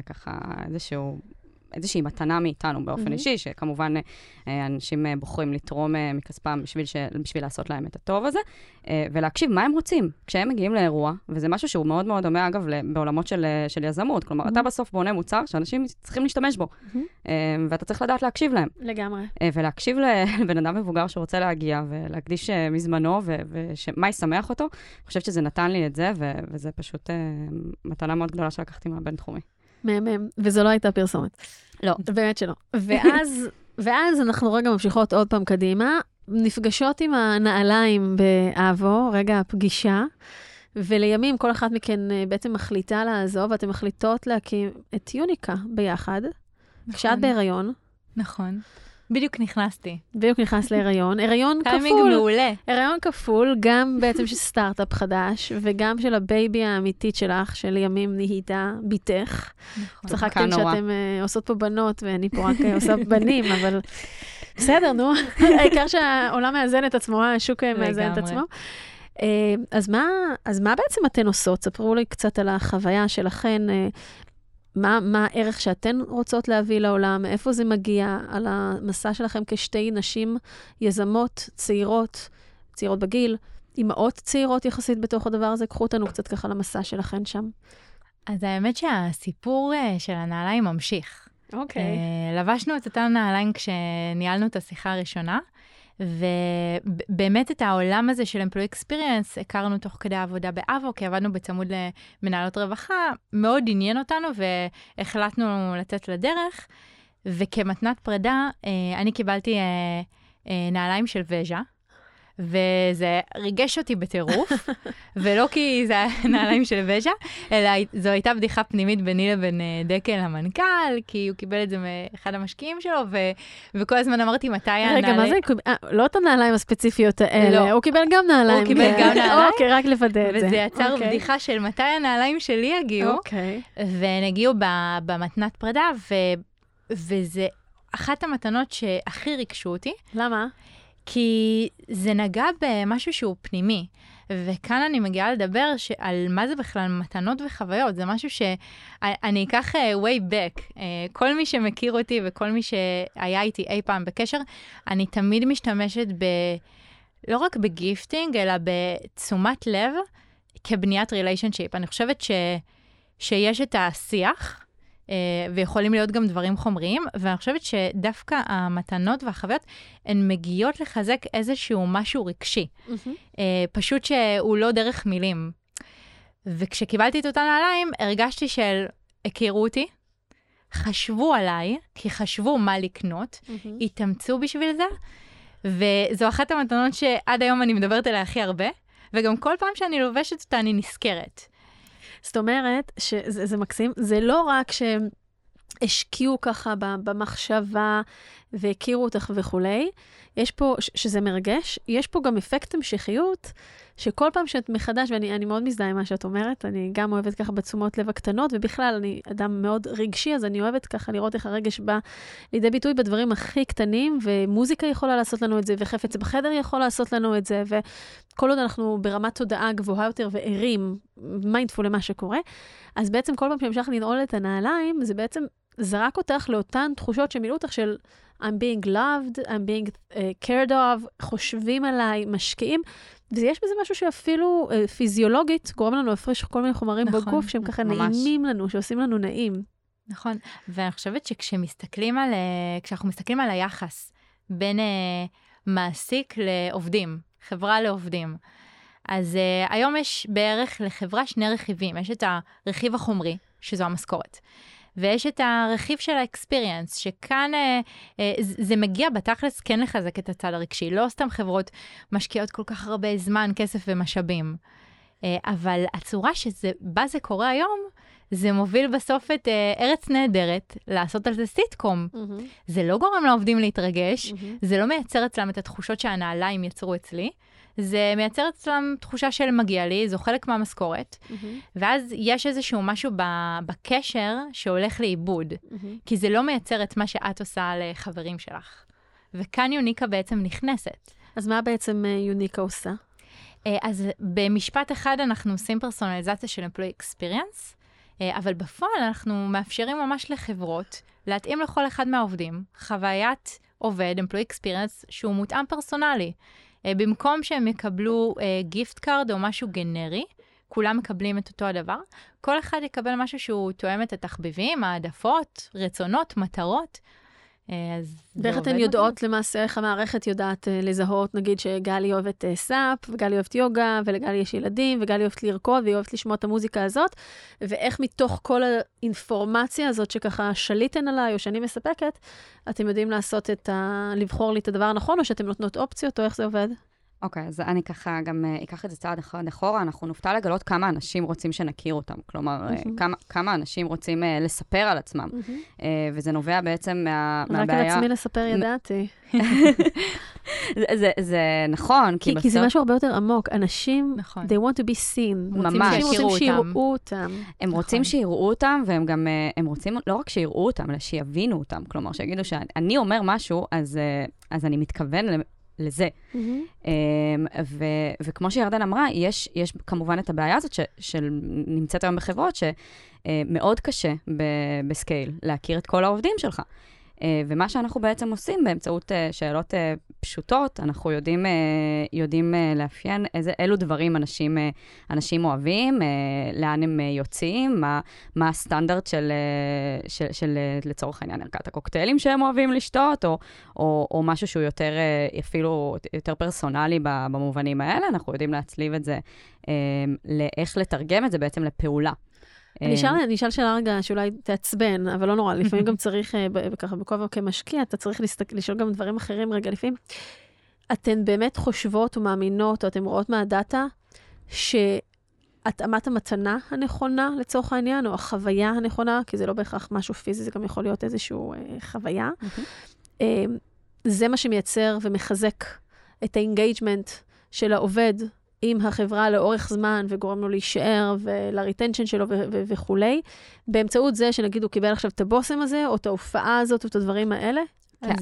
איזושהי מתנה מאיתנו באופן אישי, שכמובן אנשים בוחרים לתרום מכספם בשביל לעשות להם את הטוב הזה, ולהקשיב מה הם רוצים כשהם מגיעים לאירוע, וזה משהו שהוא מאוד מאוד דומה, אגב, בעולמות של יזמות. כלומר, אתה בסוף בונה מוצר שאנשים צריכים להשתמש בו, ואתה צריך לדעת להקשיב להם. לגמרי. ולהקשיב לבן אדם מבוגר שרוצה להגיע, ולהקדיש מזמנו, ומה ישמח אותו. אני חושבת שזה נתן לי את זה, וזה פשוט מתנה מאוד גדולה שלקחתי מהבינתחומי. וזו לא הייתה פרסומת. לא. באמת שלא. ואז אנחנו רגע ממשיכות עוד פעם קדימה, נפגשות עם הנעליים באבו, רגע הפגישה, ולימים כל אחת מכן בעצם מחליטה לעזוב, ואתן מחליטות להקים את יוניקה ביחד, כשאת בהיריון. נכון. בדיוק נכנסתי. בדיוק נכנס להיריון. הריון כפול. טיימינג מעולה. הריון כפול, גם בעצם של סטארט-אפ חדש, וגם של הבייבי האמיתית שלך, שלימים נהייתה ביתך. נכון. צחקתם שאתם עושות פה בנות, ואני פה רק עושה בנים, אבל בסדר, נו. העיקר שהעולם מאזן את עצמו, השוק מאזן את עצמו. אז מה בעצם אתן עושות? ספרו לי קצת על החוויה שלכן, מה הערך שאתן רוצות להביא לעולם, איפה זה מגיע, על המסע שלכם כשתי נשים יזמות, צעירות בגיל, אימהות צעירות יחסית בתוך הדבר הזה, קחו אותנו קצת ככה למסע שלכן שם. אז האמת שהסיפור של הנעליים ממשיך. אוקיי. לבשנו את אותם נעליים כשניהלנו את השיחה הראשונה, ובאמת את העולם הזה של Employee Experience הכרנו תוך כדי העבודה באבו, כי עבדנו בצמוד למנהלות רווחה, מאוד עניין אותנו והחלטנו לצאת לדרך, וכמתנת פרידה אני קיבלתי נעליים של וז'ה, וזה ריגש אותי בטירוף, ולא כי זה נעליים של וז'ה, אלא זו הייתה בדיחה פנימית ביני לבין דקל המנכ"ל, כי הוא קיבל את זה מאחד המשקיעים שלו, וכל הזמן אמרתי מתי הנעליים... רגע, מה זה? לא את הנעליים הספציפיות האלה, הוא קיבל גם נעליים. הוא קיבל גם נעליים. אוקיי, רק לוודא את זה. וזה יצר בדיחה של מתי הנעליים שלי יגיעו, ונגיעו במתנת פרידה, וזה אחת המתנות שהכי ריגשו אותי. למה? כי זה נגע במשהו שהוא פנימי, וכאן אני מגיעה לדבר על מה זה בכלל מתנות וחוויות, זה משהו שאני אקח way back, כל מי שמכיר אותי וכל מי שהיה איתי אי פעם בקשר, אני תמיד משתמשת לא רק בגיפטינג, אלא בתשומת לב כבניית ריליישנשיפ. אני חושבת שיש את השיח, ויכולים להיות גם דברים חומריים, ואני חושבת שדווקא המתנות והחוויות, הן מגיעות לחזק איזשהו משהו רגשי. פשוט שהוא לא דרך מילים. וכשקיבלתי את אותן נעליים, הרגשתי הכירו אותי, חשבו עליי, כי חשבו מה לקנות, התאמצו בשביל זה, וזו אחת המתנות שעד היום אני מדברת עליה הכי הרבה, וגם כל פעם שאני לובשת אותה אני נזכרת. זאת אומרת, שזה מקסים, זה לא רק שהשקיעו ככה במחשבה והכירו אותך וכולי, יש פה, שזה מרגש, יש פה גם אפקט המשכיות, שכל פעם שאת מחדש, ואני מאוד מזדהה עם מה שאת אומרת, אני גם אוהבת ככה בתשומות לב הקטנות, ובכלל אני אדם מאוד רגשי, אז אני אוהבת ככה לראות איך הרגש בא לידי ביטוי בדברים הכי קטנים, ומוזיקה יכולה לעשות לנו את זה, וחפץ בחדר יכול לעשות לנו את זה, וכל עוד אנחנו ברמת תודעה גבוהה יותר וערים, מיינדפול למה שקורה, אז בעצם כל פעם שהמשך לנעול את הנעליים, זה בעצם זרק אותך לאותן תחושות שמילאו אותך של I'm being loved, I'm being cared of, חושבים עליי, משקיעים, ויש בזה משהו שאפילו פיזיולוגית גורם לנו להפריש כל מיני חומרים בגוף, שהם ככה נעימים לנו, שעושים לנו נעים. נכון, ואני חושבת כשאנחנו מסתכלים על היחס בין מעסיק לעובדים, חברה לעובדים, אז היום יש בערך לחברה שני רכיבים. יש את הרכיב החומרי, שזו המשכורת. ויש את הרכיב של האקספיריאנס, שכאן זה מגיע בתכלס כן לחזק את הצד הרגשי. לא סתם חברות משקיעות כל כך הרבה זמן, כסף ומשאבים. אבל הצורה שבה זה קורה היום, זה מוביל בסוף את ארץ נהדרת לעשות על זה סיטקום. זה לא גורם לעובדים להתרגש, זה לא מייצר אצלם את התחושות שהנעליים יצרו אצלי, זה מייצר אצלם תחושה של מגיע לי, זו חלק מהמשכורת, ואז יש איזשהו משהו בקשר שהולך לאיבוד, כי זה לא מייצר את מה שאת עושה לחברים שלך. וכאן יוניקה בעצם נכנסת. אז מה בעצם יוניקה עושה? אז במשפט אחד אנחנו עושים פרסונליזציה של employee experience, אבל בפועל אנחנו מאפשרים ממש לחברות להתאים לכל אחד מהעובדים חוויית עובד, employee experience, שהוא מותאם פרסונלי. במקום שהם יקבלו גיפט קארד או משהו גנרי, כולם מקבלים את אותו הדבר, כל אחד יקבל משהו שהוא תואם את התחביבים, העדפות, רצונות, מטרות. ואיך אתן יודעות למעשה, איך המערכת יודעת לזהות, נגיד שגלי אוהבת סאפ, וגלי אוהבת יוגה, ולגלי יש ילדים, וגלי אוהבת לרקוד, והיא אוהבת לשמוע את המוזיקה הזאת, ואיך מתוך כל האינפורמציה הזאת שככה שליטן עליי, או שאני מספקת, אתם יודעים לעשות לבחור לי את הדבר הנכון, או שאתם נותנות אופציות, או איך זה עובד? אוקיי, אז אני ככה גם אקח את זה צעד אחד אחורה, אנחנו נופתע לגלות כמה אנשים רוצים שנכיר אותם, כלומר, כמה אנשים רוצים לספר על עצמם, וזה נובע בעצם מהבעיה... רק על עצמי לספר ידעתי. זה נכון, כי זה משהו הרבה יותר עמוק, אנשים, they want to be seen, ממש, רוצים שיראו אותם. הם רוצים שיראו אותם, והם גם, הם רוצים לא רק שיראו אותם, אלא שיבינו אותם, כלומר, שיגידו שאני אומר משהו, אז אני מתכוון לזה. וכמו שירדן אמרה, יש כמובן את הבעיה הזאת שנמצאת היום בחברות, שמאוד קשה בסקייל להכיר את כל העובדים שלך. ומה שאנחנו בעצם עושים באמצעות שאלות פשוטות, אנחנו יודעים לאפיין אילו דברים אנשים אוהבים, לאן הם יוצאים, מה הסטנדרט של לצורך העניין ערכת הקוקטיילים שהם אוהבים לשתות, או משהו שהוא יותר, אפילו יותר פרסונלי במובנים האלה, אנחנו יודעים להצליב את זה, לאיך לתרגם את זה בעצם לפעולה. אני אשאל שאלה רגע שאולי תעצבן, אבל לא נורא, לפעמים גם צריך, ככה בכובע כמשקיע, אתה צריך לשאול גם דברים אחרים רגע לפעמים. אתן באמת חושבות ומאמינות, או אתן רואות מהדאטה, שהתאמת המתנה הנכונה לצורך העניין, או החוויה הנכונה, כי זה לא בהכרח משהו פיזי, זה גם יכול להיות איזושהי חוויה. זה מה שמייצר ומחזק את האינגייג'מנט של העובד, עם החברה לאורך זמן, וגורם לו להישאר, ולריטנשן שלו וכולי, באמצעות זה שנגיד הוא קיבל עכשיו את הבוסם הזה, או את ההופעה הזאת, או את הדברים האלה.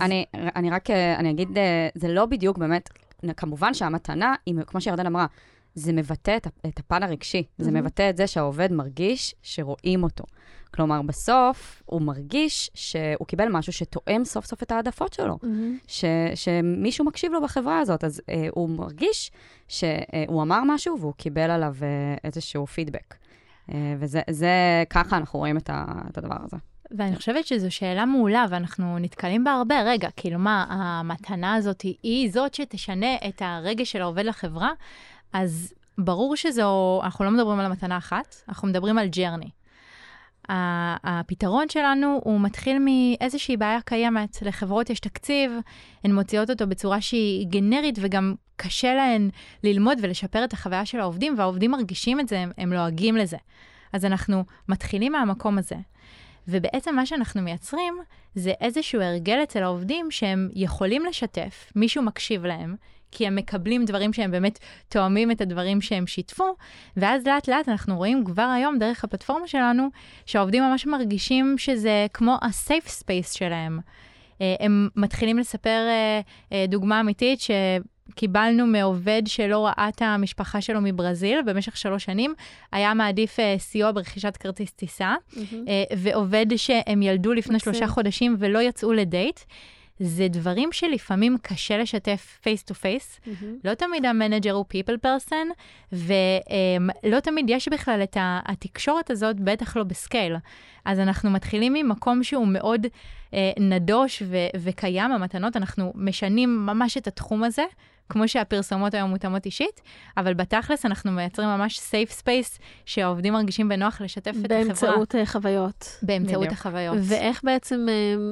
אני אגיד, זה לא בדיוק באמת, כמובן שהמתנה, כמו שירדן אמרה, זה מבטא את הפן הרגשי, זה מבטא את זה שהעובד מרגיש שרואים אותו. כלומר, בסוף הוא מרגיש שהוא קיבל משהו שתואם סוף סוף את העדפות שלו, שמישהו מקשיב לו בחברה הזאת, אז הוא מרגיש שהוא אמר משהו והוא קיבל עליו איזשהו פידבק. וזה, ככה אנחנו רואים את הדבר הזה. ואני חושבת שזו שאלה מעולה, ואנחנו נתקלים בה הרבה. רגע, כאילו מה, המתנה הזאת היא זאת שתשנה את הרגש של העובד לחברה, אז ברור שזו, אנחנו לא מדברים על המתנה אחת, אנחנו מדברים על ג'רני. הפתרון שלנו הוא מתחיל מאיזושהי בעיה קיימת. לחברות יש תקציב, הן מוציאות אותו בצורה שהיא גנרית, וגם קשה להן ללמוד ולשפר את החוויה של העובדים, והעובדים מרגישים את זה, הם לועגים לזה. אז אנחנו מתחילים מהמקום הזה. ובעצם מה שאנחנו מייצרים, זה איזשהו הרגל אצל העובדים שהם יכולים לשתף, מישהו מקשיב להם, כי הם מקבלים דברים שהם באמת תואמים את הדברים שהם שיתפו, ואז לאט לאט אנחנו רואים כבר היום דרך הפלטפורמה שלנו, שהעובדים ממש מרגישים שזה כמו ה-safe space שלהם. הם מתחילים לספר דוגמה אמיתית שקיבלנו מעובד שלא ראה את המשפחה שלו מברזיל במשך 3 שנים, היה מעדיף סיוע ברכישת כרטיס טיסה, ועובד שהם ילדו לפני 3 חודשים ולא יצאו לדייט, זה דברים שלפעמים קשה לשתף face to face. לא תמיד המנג'ר הוא people person, ולא תמיד יש בכלל את התקשורת הזאת, בטח לא בסקייל. אז אנחנו מתחילים ממקום שהוא מאוד נדוש וקיים, המתנות, אנחנו משנים ממש את התחום הזה, כמו שהפרסומות היום מותאמות אישית, אבל בתכלס אנחנו מייצרים ממש safe space, שהעובדים מרגישים בנוח לשתף את החברה. באמצעות חוויות. באמצעות החוויות. ואיך בעצם...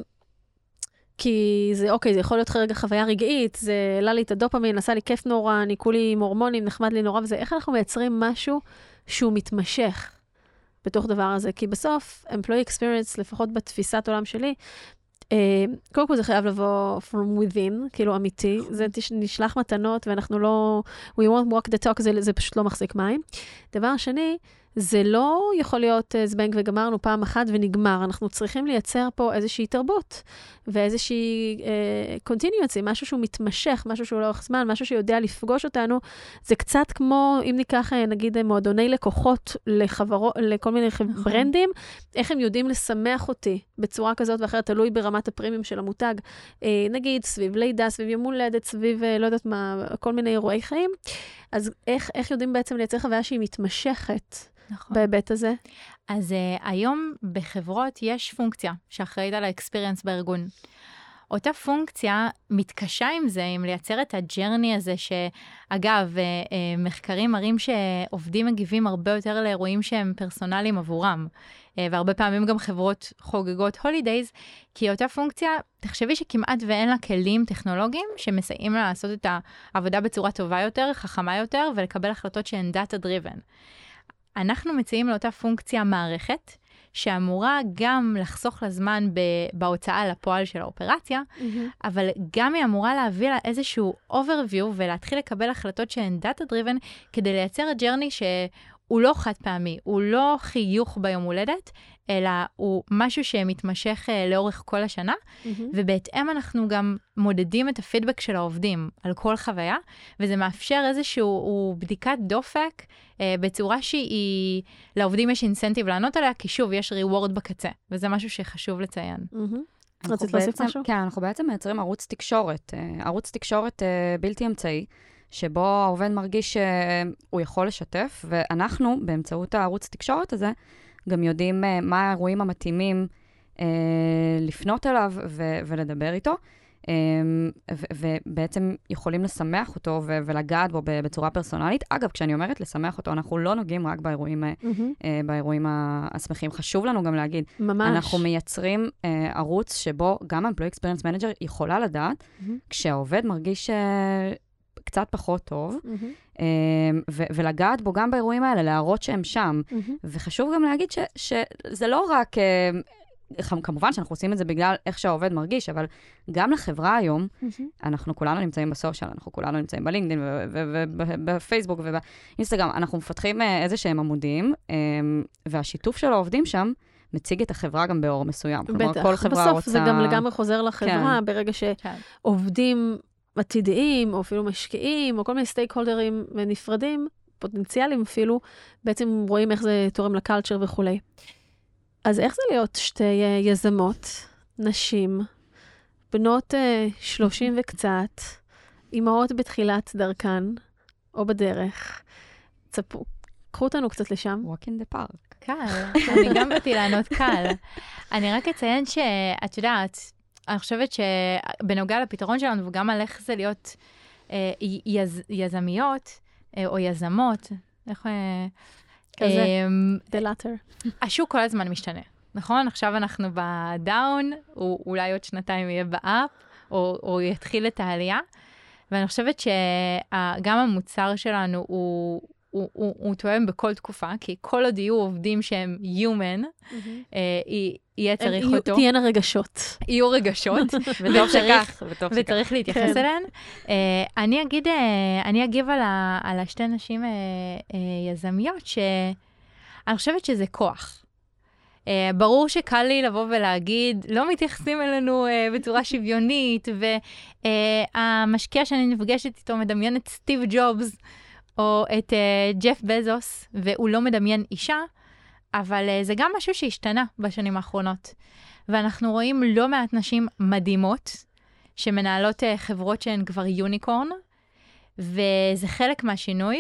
כי זה, אוקיי, זה יכול להיות רגע חוויה רגעית, זה העלה לי את הדופמין, עשה לי כיף נורא, אני כולי עם הורמונים, נחמד לי נורא, וזה איך אנחנו מייצרים משהו שהוא מתמשך בתוך דבר הזה. כי בסוף, employee experience, לפחות בתפיסת עולם שלי, קודם כל זה חייב לבוא from within, כאילו אמיתי, זה נשלח מתנות, ואנחנו לא, we won't walk the talk, זה פשוט לא מחזיק מים. דבר שני, זה לא יכול להיות זבנג וגמרנו פעם אחת ונגמר. אנחנו צריכים לייצר פה איזושהי תרבות, ואיזושהי continuity, משהו שהוא מתמשך, משהו שהוא לאורך זמן, משהו שיודע לפגוש אותנו. זה קצת כמו, אם ניקח, נגיד, מועדוני לקוחות לחברות, לכל מיני ברנדים, איך הם יודעים לשמח אותי בצורה כזאת ואחרת, תלוי ברמת הפרימיום של המותג. נגיד, סביב לידה, סביב יום הולדת, סביב, לא יודעת מה, כל מיני אירועי חיים. אז איך יודעים בעצם לייצר חוויה שהיא מתמשכת? נכון. בהיבט הזה? אז היום בחברות יש פונקציה שאחראית על האקספיריאנס בארגון. אותה פונקציה מתקשה עם זה, עם לייצר את הג'רני הזה, שאגב, מחקרים מראים שעובדים מגיבים הרבה יותר לאירועים שהם פרסונליים עבורם, והרבה פעמים גם חברות חוגגות הולידייז, כי אותה פונקציה, תחשבי שכמעט ואין לה כלים טכנולוגיים שמסייעים לה לעשות את העבודה בצורה טובה יותר, חכמה יותר, ולקבל החלטות שהן data driven. אנחנו מציעים לאותה פונקציה מערכת, שאמורה גם לחסוך לזמן בהוצאה לפועל של האופרציה, אבל גם היא אמורה להביא לה איזשהו overview, ולהתחיל לקבל החלטות שהן data driven, כדי לייצר את ג'רני שהוא לא חד פעמי, הוא לא חיוך ביום הולדת, אלא הוא משהו שמתמשך לאורך כל השנה, ובהתאם אנחנו גם מודדים את הפידבק של העובדים על כל חוויה, וזה מאפשר איזשהו בדיקת דופק בצורה שהיא, לעובדים יש אינסנטיב לענות עליה, כי שוב, יש ריוורד בקצה, וזה משהו שחשוב לציין. רצית להוסיף משהו? כן, אנחנו בעצם מייצרים ערוץ תקשורת בלתי אמצעי, שבו העובד מרגיש שהוא יכול לשתף, ואנחנו, באמצעות הערוץ תקשורת הזה, גם יודעים מה האירועים המתאימים לפנות אליו ולדבר איתו, ובעצם יכולים לשמח אותו ולגעת בו בצורה פרסונלית. אגב, כשאני אומרת לשמח אותו, אנחנו לא נוגעים רק באירועים השמחים. חשוב לנו גם להגיד, אנחנו מייצרים ערוץ שבו גם ה-Employee Experience Manager יכולה לדעת, כשהעובד מרגיש קצת פחות טוב, ולגעת בו גם באירועים האלה, להראות שהם שם. וחשוב גם להגיד שזה לא רק, כמובן שאנחנו עושים את זה בגלל איך שהעובד מרגיש, אבל גם לחברה היום, אנחנו כולנו נמצאים בסושיאל, אנחנו כולנו נמצאים בלינקדין ובפייסבוק ובאינסטגרם, אנחנו מפתחים איזה שהם עמודים, והשיתוף של העובדים שם, מציג את החברה גם באור מסוים. בטח, בסוף זה גם לגמרי חוזר לחברה, ברגע שעובדים עתידיים, או אפילו משקיעים, או כל מיני סטייק הולדרים נפרדים, פוטנציאלים אפילו, בעצם רואים איך זה תורם לקלצ'ר וכולי. אז איך זה להיות שתי יזמות, נשים, בנות 30 וקצת, אמהות בתחילת דרכן, או בדרך? קחו אותנו קצת לשם. Walk in the park. קל, אני גם באתי לענות קל. אני רק אציין שאת יודעת, אני חושבת שבנוגע לפתרון שלנו, וגם על איך זה להיות יזמיות, או יזמות, איך... כזה, the latter. השוק כל הזמן משתנה, נכון? עכשיו אנחנו בדאון, אולי עוד שנתיים יהיה באפ, או יתחיל את העלייה, ואני חושבת שגם המוצר שלנו הוא תואם בכל תקופה, כי כל עוד יהיו עובדים שהם human, יהיה צריך אותו. תהיינה רגשות. יהיו רגשות. וטוב שכך. וצריך להתייחס אליהן. אני אגיב על השתי נשים יזמיות, שאני חושבת שזה כוח. ברור שקל לי לבוא ולהגיד, לא מתייחסים אלינו בצורה שוויונית, והמשקיע שאני נפגשת איתו מדמיין את סטיב ג'ובס, או את ג'ף בזוס, והוא לא מדמיין אישה, אבל זה גם משהו שהשתנה בשנים האחרונות. ואנחנו רואים לא מעט נשים מדהימות, שמנהלות חברות שהן כבר יוניקורן, וזה חלק מהשינוי,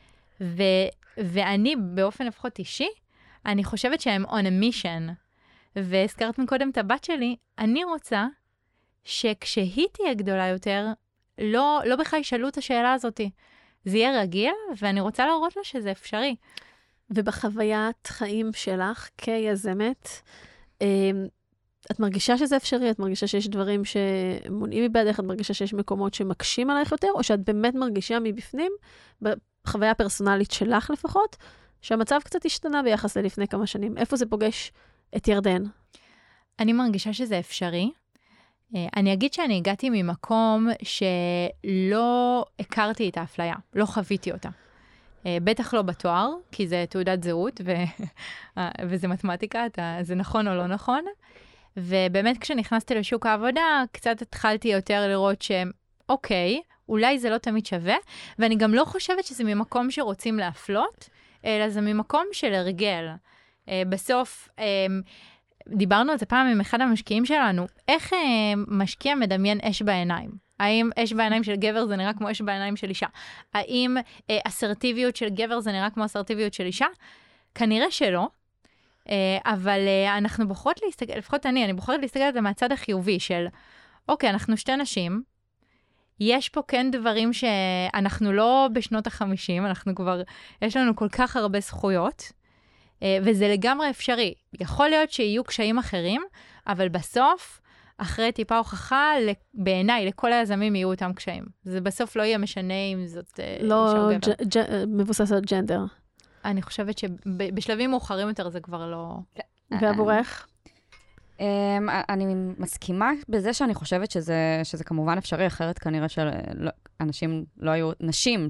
ואני באופן לפחות אישי, אני חושבת שהם on a mission, והזכרת מקודם את הבת שלי, אני רוצה שכשהיא תהיה גדולה יותר, לא בכלל ישאלו את השאלה הזאת. זה יהיה רגיל, ואני רוצה להראות לה שזה אפשרי. ובחוויית חיים שלך כיזמת, את מרגישה שזה אפשרי? את מרגישה שיש דברים שמונעים מבעדך? את מרגישה שיש מקומות שמקשים עלייך יותר? או שאת באמת מרגישה מבפנים, בחוויה הפרסונלית שלך לפחות, שהמצב קצת השתנה ביחס ללפני כמה שנים? איפה זה פוגש את ירדן? אני מרגישה שזה אפשרי. אני אגיד שאני הגעתי ממקום שלא הכרתי את האפליה, לא חוויתי אותה. בטח לא בתואר, כי זה תעודת זהות, וזה מתמטיקה, זה נכון או לא נכון. ובאמת כשנכנסתי לשוק העבודה, קצת התחלתי יותר לראות שאוקיי, אולי זה לא תמיד שווה, ואני גם לא חושבת שזה ממקום שרוצים להפלות, אלא זה ממקום של הרגל. בסוף... דיברנו על זה פעם עם אחד המשקיעים שלנו, איך משקיע מדמיין אש בעיניים? האם אש בעיניים של גבר זה נראה כמו אש בעיניים של אישה? האם אסרטיביות של גבר זה נראה כמו אסרטיביות של אישה? כנראה שלא, אבל אנחנו בוחרות להסתכל, לפחות אני בוחרת להסתכל על זה מהצד החיובי של, אוקיי, אנחנו שתי נשים, יש פה כן דברים שאנחנו לא בשנות ה-50, אנחנו כבר, יש לנו כל כך הרבה זכויות, וזה לגמרי אפשרי. יכול להיות שיהיו קשיים אחרים, אבל בסוף, אחרי טיפה הוכחה, בעיניי, לכל היזמים יהיו אותם קשיים. זה בסוף לא יהיה משנה אם זאת לא מבוסס על ג'נדר. אני חושבת שבשלבים מאוחרים יותר זה כבר לא... ועבורך? אני מסכימה בזה שאני חושבת שזה כמובן אפשרי, אחרת כנראה שאנשים לא היו, נשים,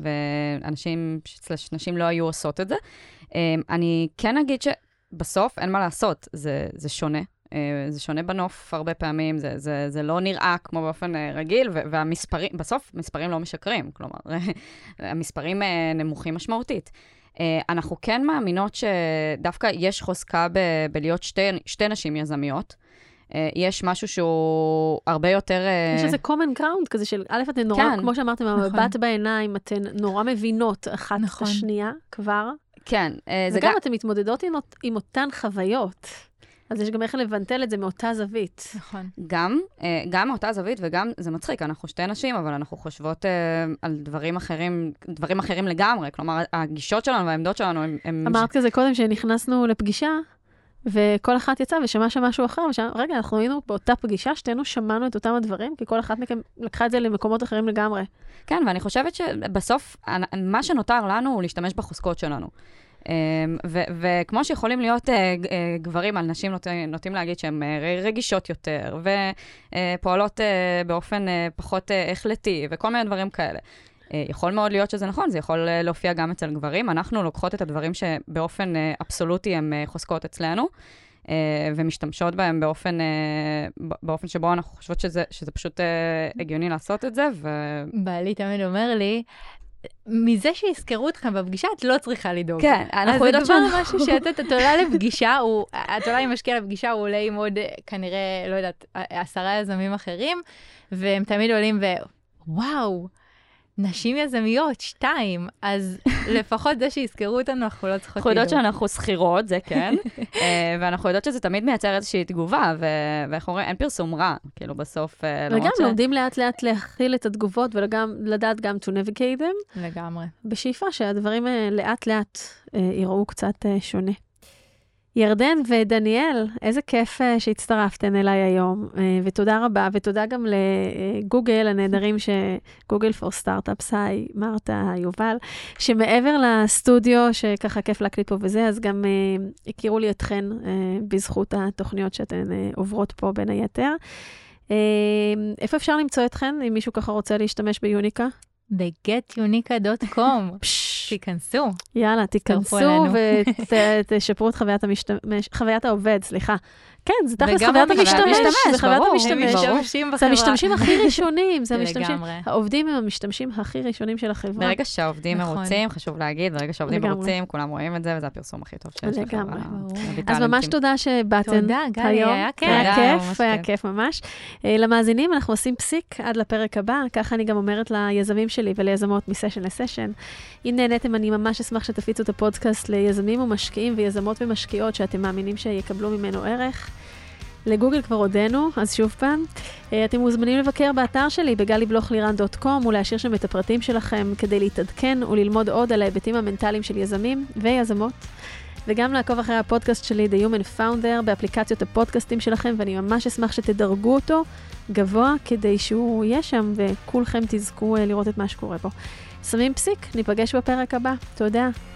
נשים לא היו עושות את זה. אני כן אגיד שבסוף אין מה לעשות, זה שונה. זה שונה בנוף הרבה פעמים, זה לא נראה כמו באופן רגיל, והמספרים, בסוף מספרים לא משקרים, כלומר, המספרים נמוכים משמעותית. אנחנו כן מאמינות שדווקא יש חוזקה בלהיות שתי נשים יזמיות. יש משהו שהוא הרבה יותר... יש איזה common ground כזה של, א', אתן נורא, כמו שאמרתם, המבט בעיניים, אתן נורא מבינות אחת את השנייה כבר. כן. וגם אתן מתמודדות עם אותן חוויות. אז יש גם איך לבנטל את זה מאותה זווית. נכון. גם מאותה זווית, וגם, זה מצחיק, אנחנו שתי נשים, אבל אנחנו חושבות על דברים אחרים לגמרי. כלומר, הגישות שלנו והעמדות שלנו הם... אמרת כזה קודם שנכנסנו לפגישה, וכל אחת יצאה ושמע משהו אחר, רגע, אנחנו היינו באותה פגישה, שתינו שמענו את אותם הדברים, כי כל אחת מכם לקחה את זה למקומות אחרים לגמרי. כן, ואני חושבת שבסוף, מה שנותר לנו הוא להשתמש בחוזקות שלנו. וכמו שיכולים להיות גברים על נשים נוטים להגיד שהן רגישות יותר, ופועלות באופן פחות החלטי, וכל מיני דברים כאלה. יכול מאוד להיות שזה נכון, זה יכול להופיע גם אצל גברים. אנחנו לוקחות את הדברים שבאופן אבסולוטי הם חוזקות אצלנו, ומשתמשות בהם באופן שבו אנחנו חושבות שזה פשוט הגיוני לעשות את זה. בעלי תמיד אומר לי, מזה שיזכרו אתכם בפגישה, את לא צריכה לדאוג. כן, אנחנו יודעות אז זה משהו שאת עולה לפגישה, את עולה עם משקיע לפגישה, הוא עולה עם עוד, כנראה, לא יודעת, 10 יזמים אחרים, והם תמיד עולים וואו, נשים יזמיות, 2, אז לפחות זה שיזכרו אותנו, אנחנו לא צריכות לדאוג. אנחנו יודעות שאנחנו שכירות, זה כן, ואנחנו יודעות שזה תמיד מייצר איזושהי תגובה, ואיך אומרים, אין פרסום רע, כאילו בסוף, וגם לומדים לאט לאט להכיל את התגובות, ולדעת גם to navigate them. לגמרי. בשאיפה שהדברים לאט לאט יראו קצת שונה. ירדן ודניאל, איזה כיף שהצטרפתן אליי היום, ותודה רבה, ותודה גם לגוגל הנהדרים, גוגל פור סטארט-אפס, היי, מרתה, יובל, שמעבר לסטודיו, שככה כיף להקליט פה וזה, אז גם הכירו לי אתכן בזכות התוכניות שאתן עוברות פה בין היתר. איפה אפשר למצוא אתכן, אם מישהו ככה רוצה להשתמש ביוניקה? ב-getunica.com. תיכנסו. יאללה, תיכנסו ותשפרו את חוויית העובד, סליחה. כן, זה תכלס חוויית המשתמש. זה חוויית המשתמש. זה המשתמשים הכי ראשונים. העובדים הם המשתמשים הכי ראשונים של החברה. ברגע שהעובדים מרוצים, חשוב להגיד, ברגע שהעובדים מרוצים, כולם רואים את זה, וזה הפרסום הכי טוב שיש לכם. לגמרי. אז ממש תודה שבאתן. תודה, גלי, היה כיף. היה כיף ממש. למאזינים, אנחנו עושים פסיק עד לפרק הבא, ככה אני גם אומרת ליזמים שלי וליזמות מסשן לסשן. אם נהניתם, אני ממש אשמח שתפיצו את הפודקאסט ליזמים ומשקיעים ויזמות ומשקיעות שאתם מאמינים שיקבלו ממנו ערך. לגוגל כבר הודנו, אז שוב פעם. אתם מוזמנים לבקר באתר שלי בגליבלוכלירן.com ולהשאיר שם את הפרטים שלכם כדי להתעדכן וללמוד עוד על ההיבטים המנטליים של יזמים ויזמות. וגם לעקוב אחרי הפודקאסט שלי, The Human Founder, באפליקציות הפודקאסטים שלכם, ואני ממש אשמח שתדרגו אותו גבוה כדי שהוא יהיה שם וכולכם תזכו לראות את מה שקורה פה. שמים פסיק, ניפגש בפרק הבא. תודה.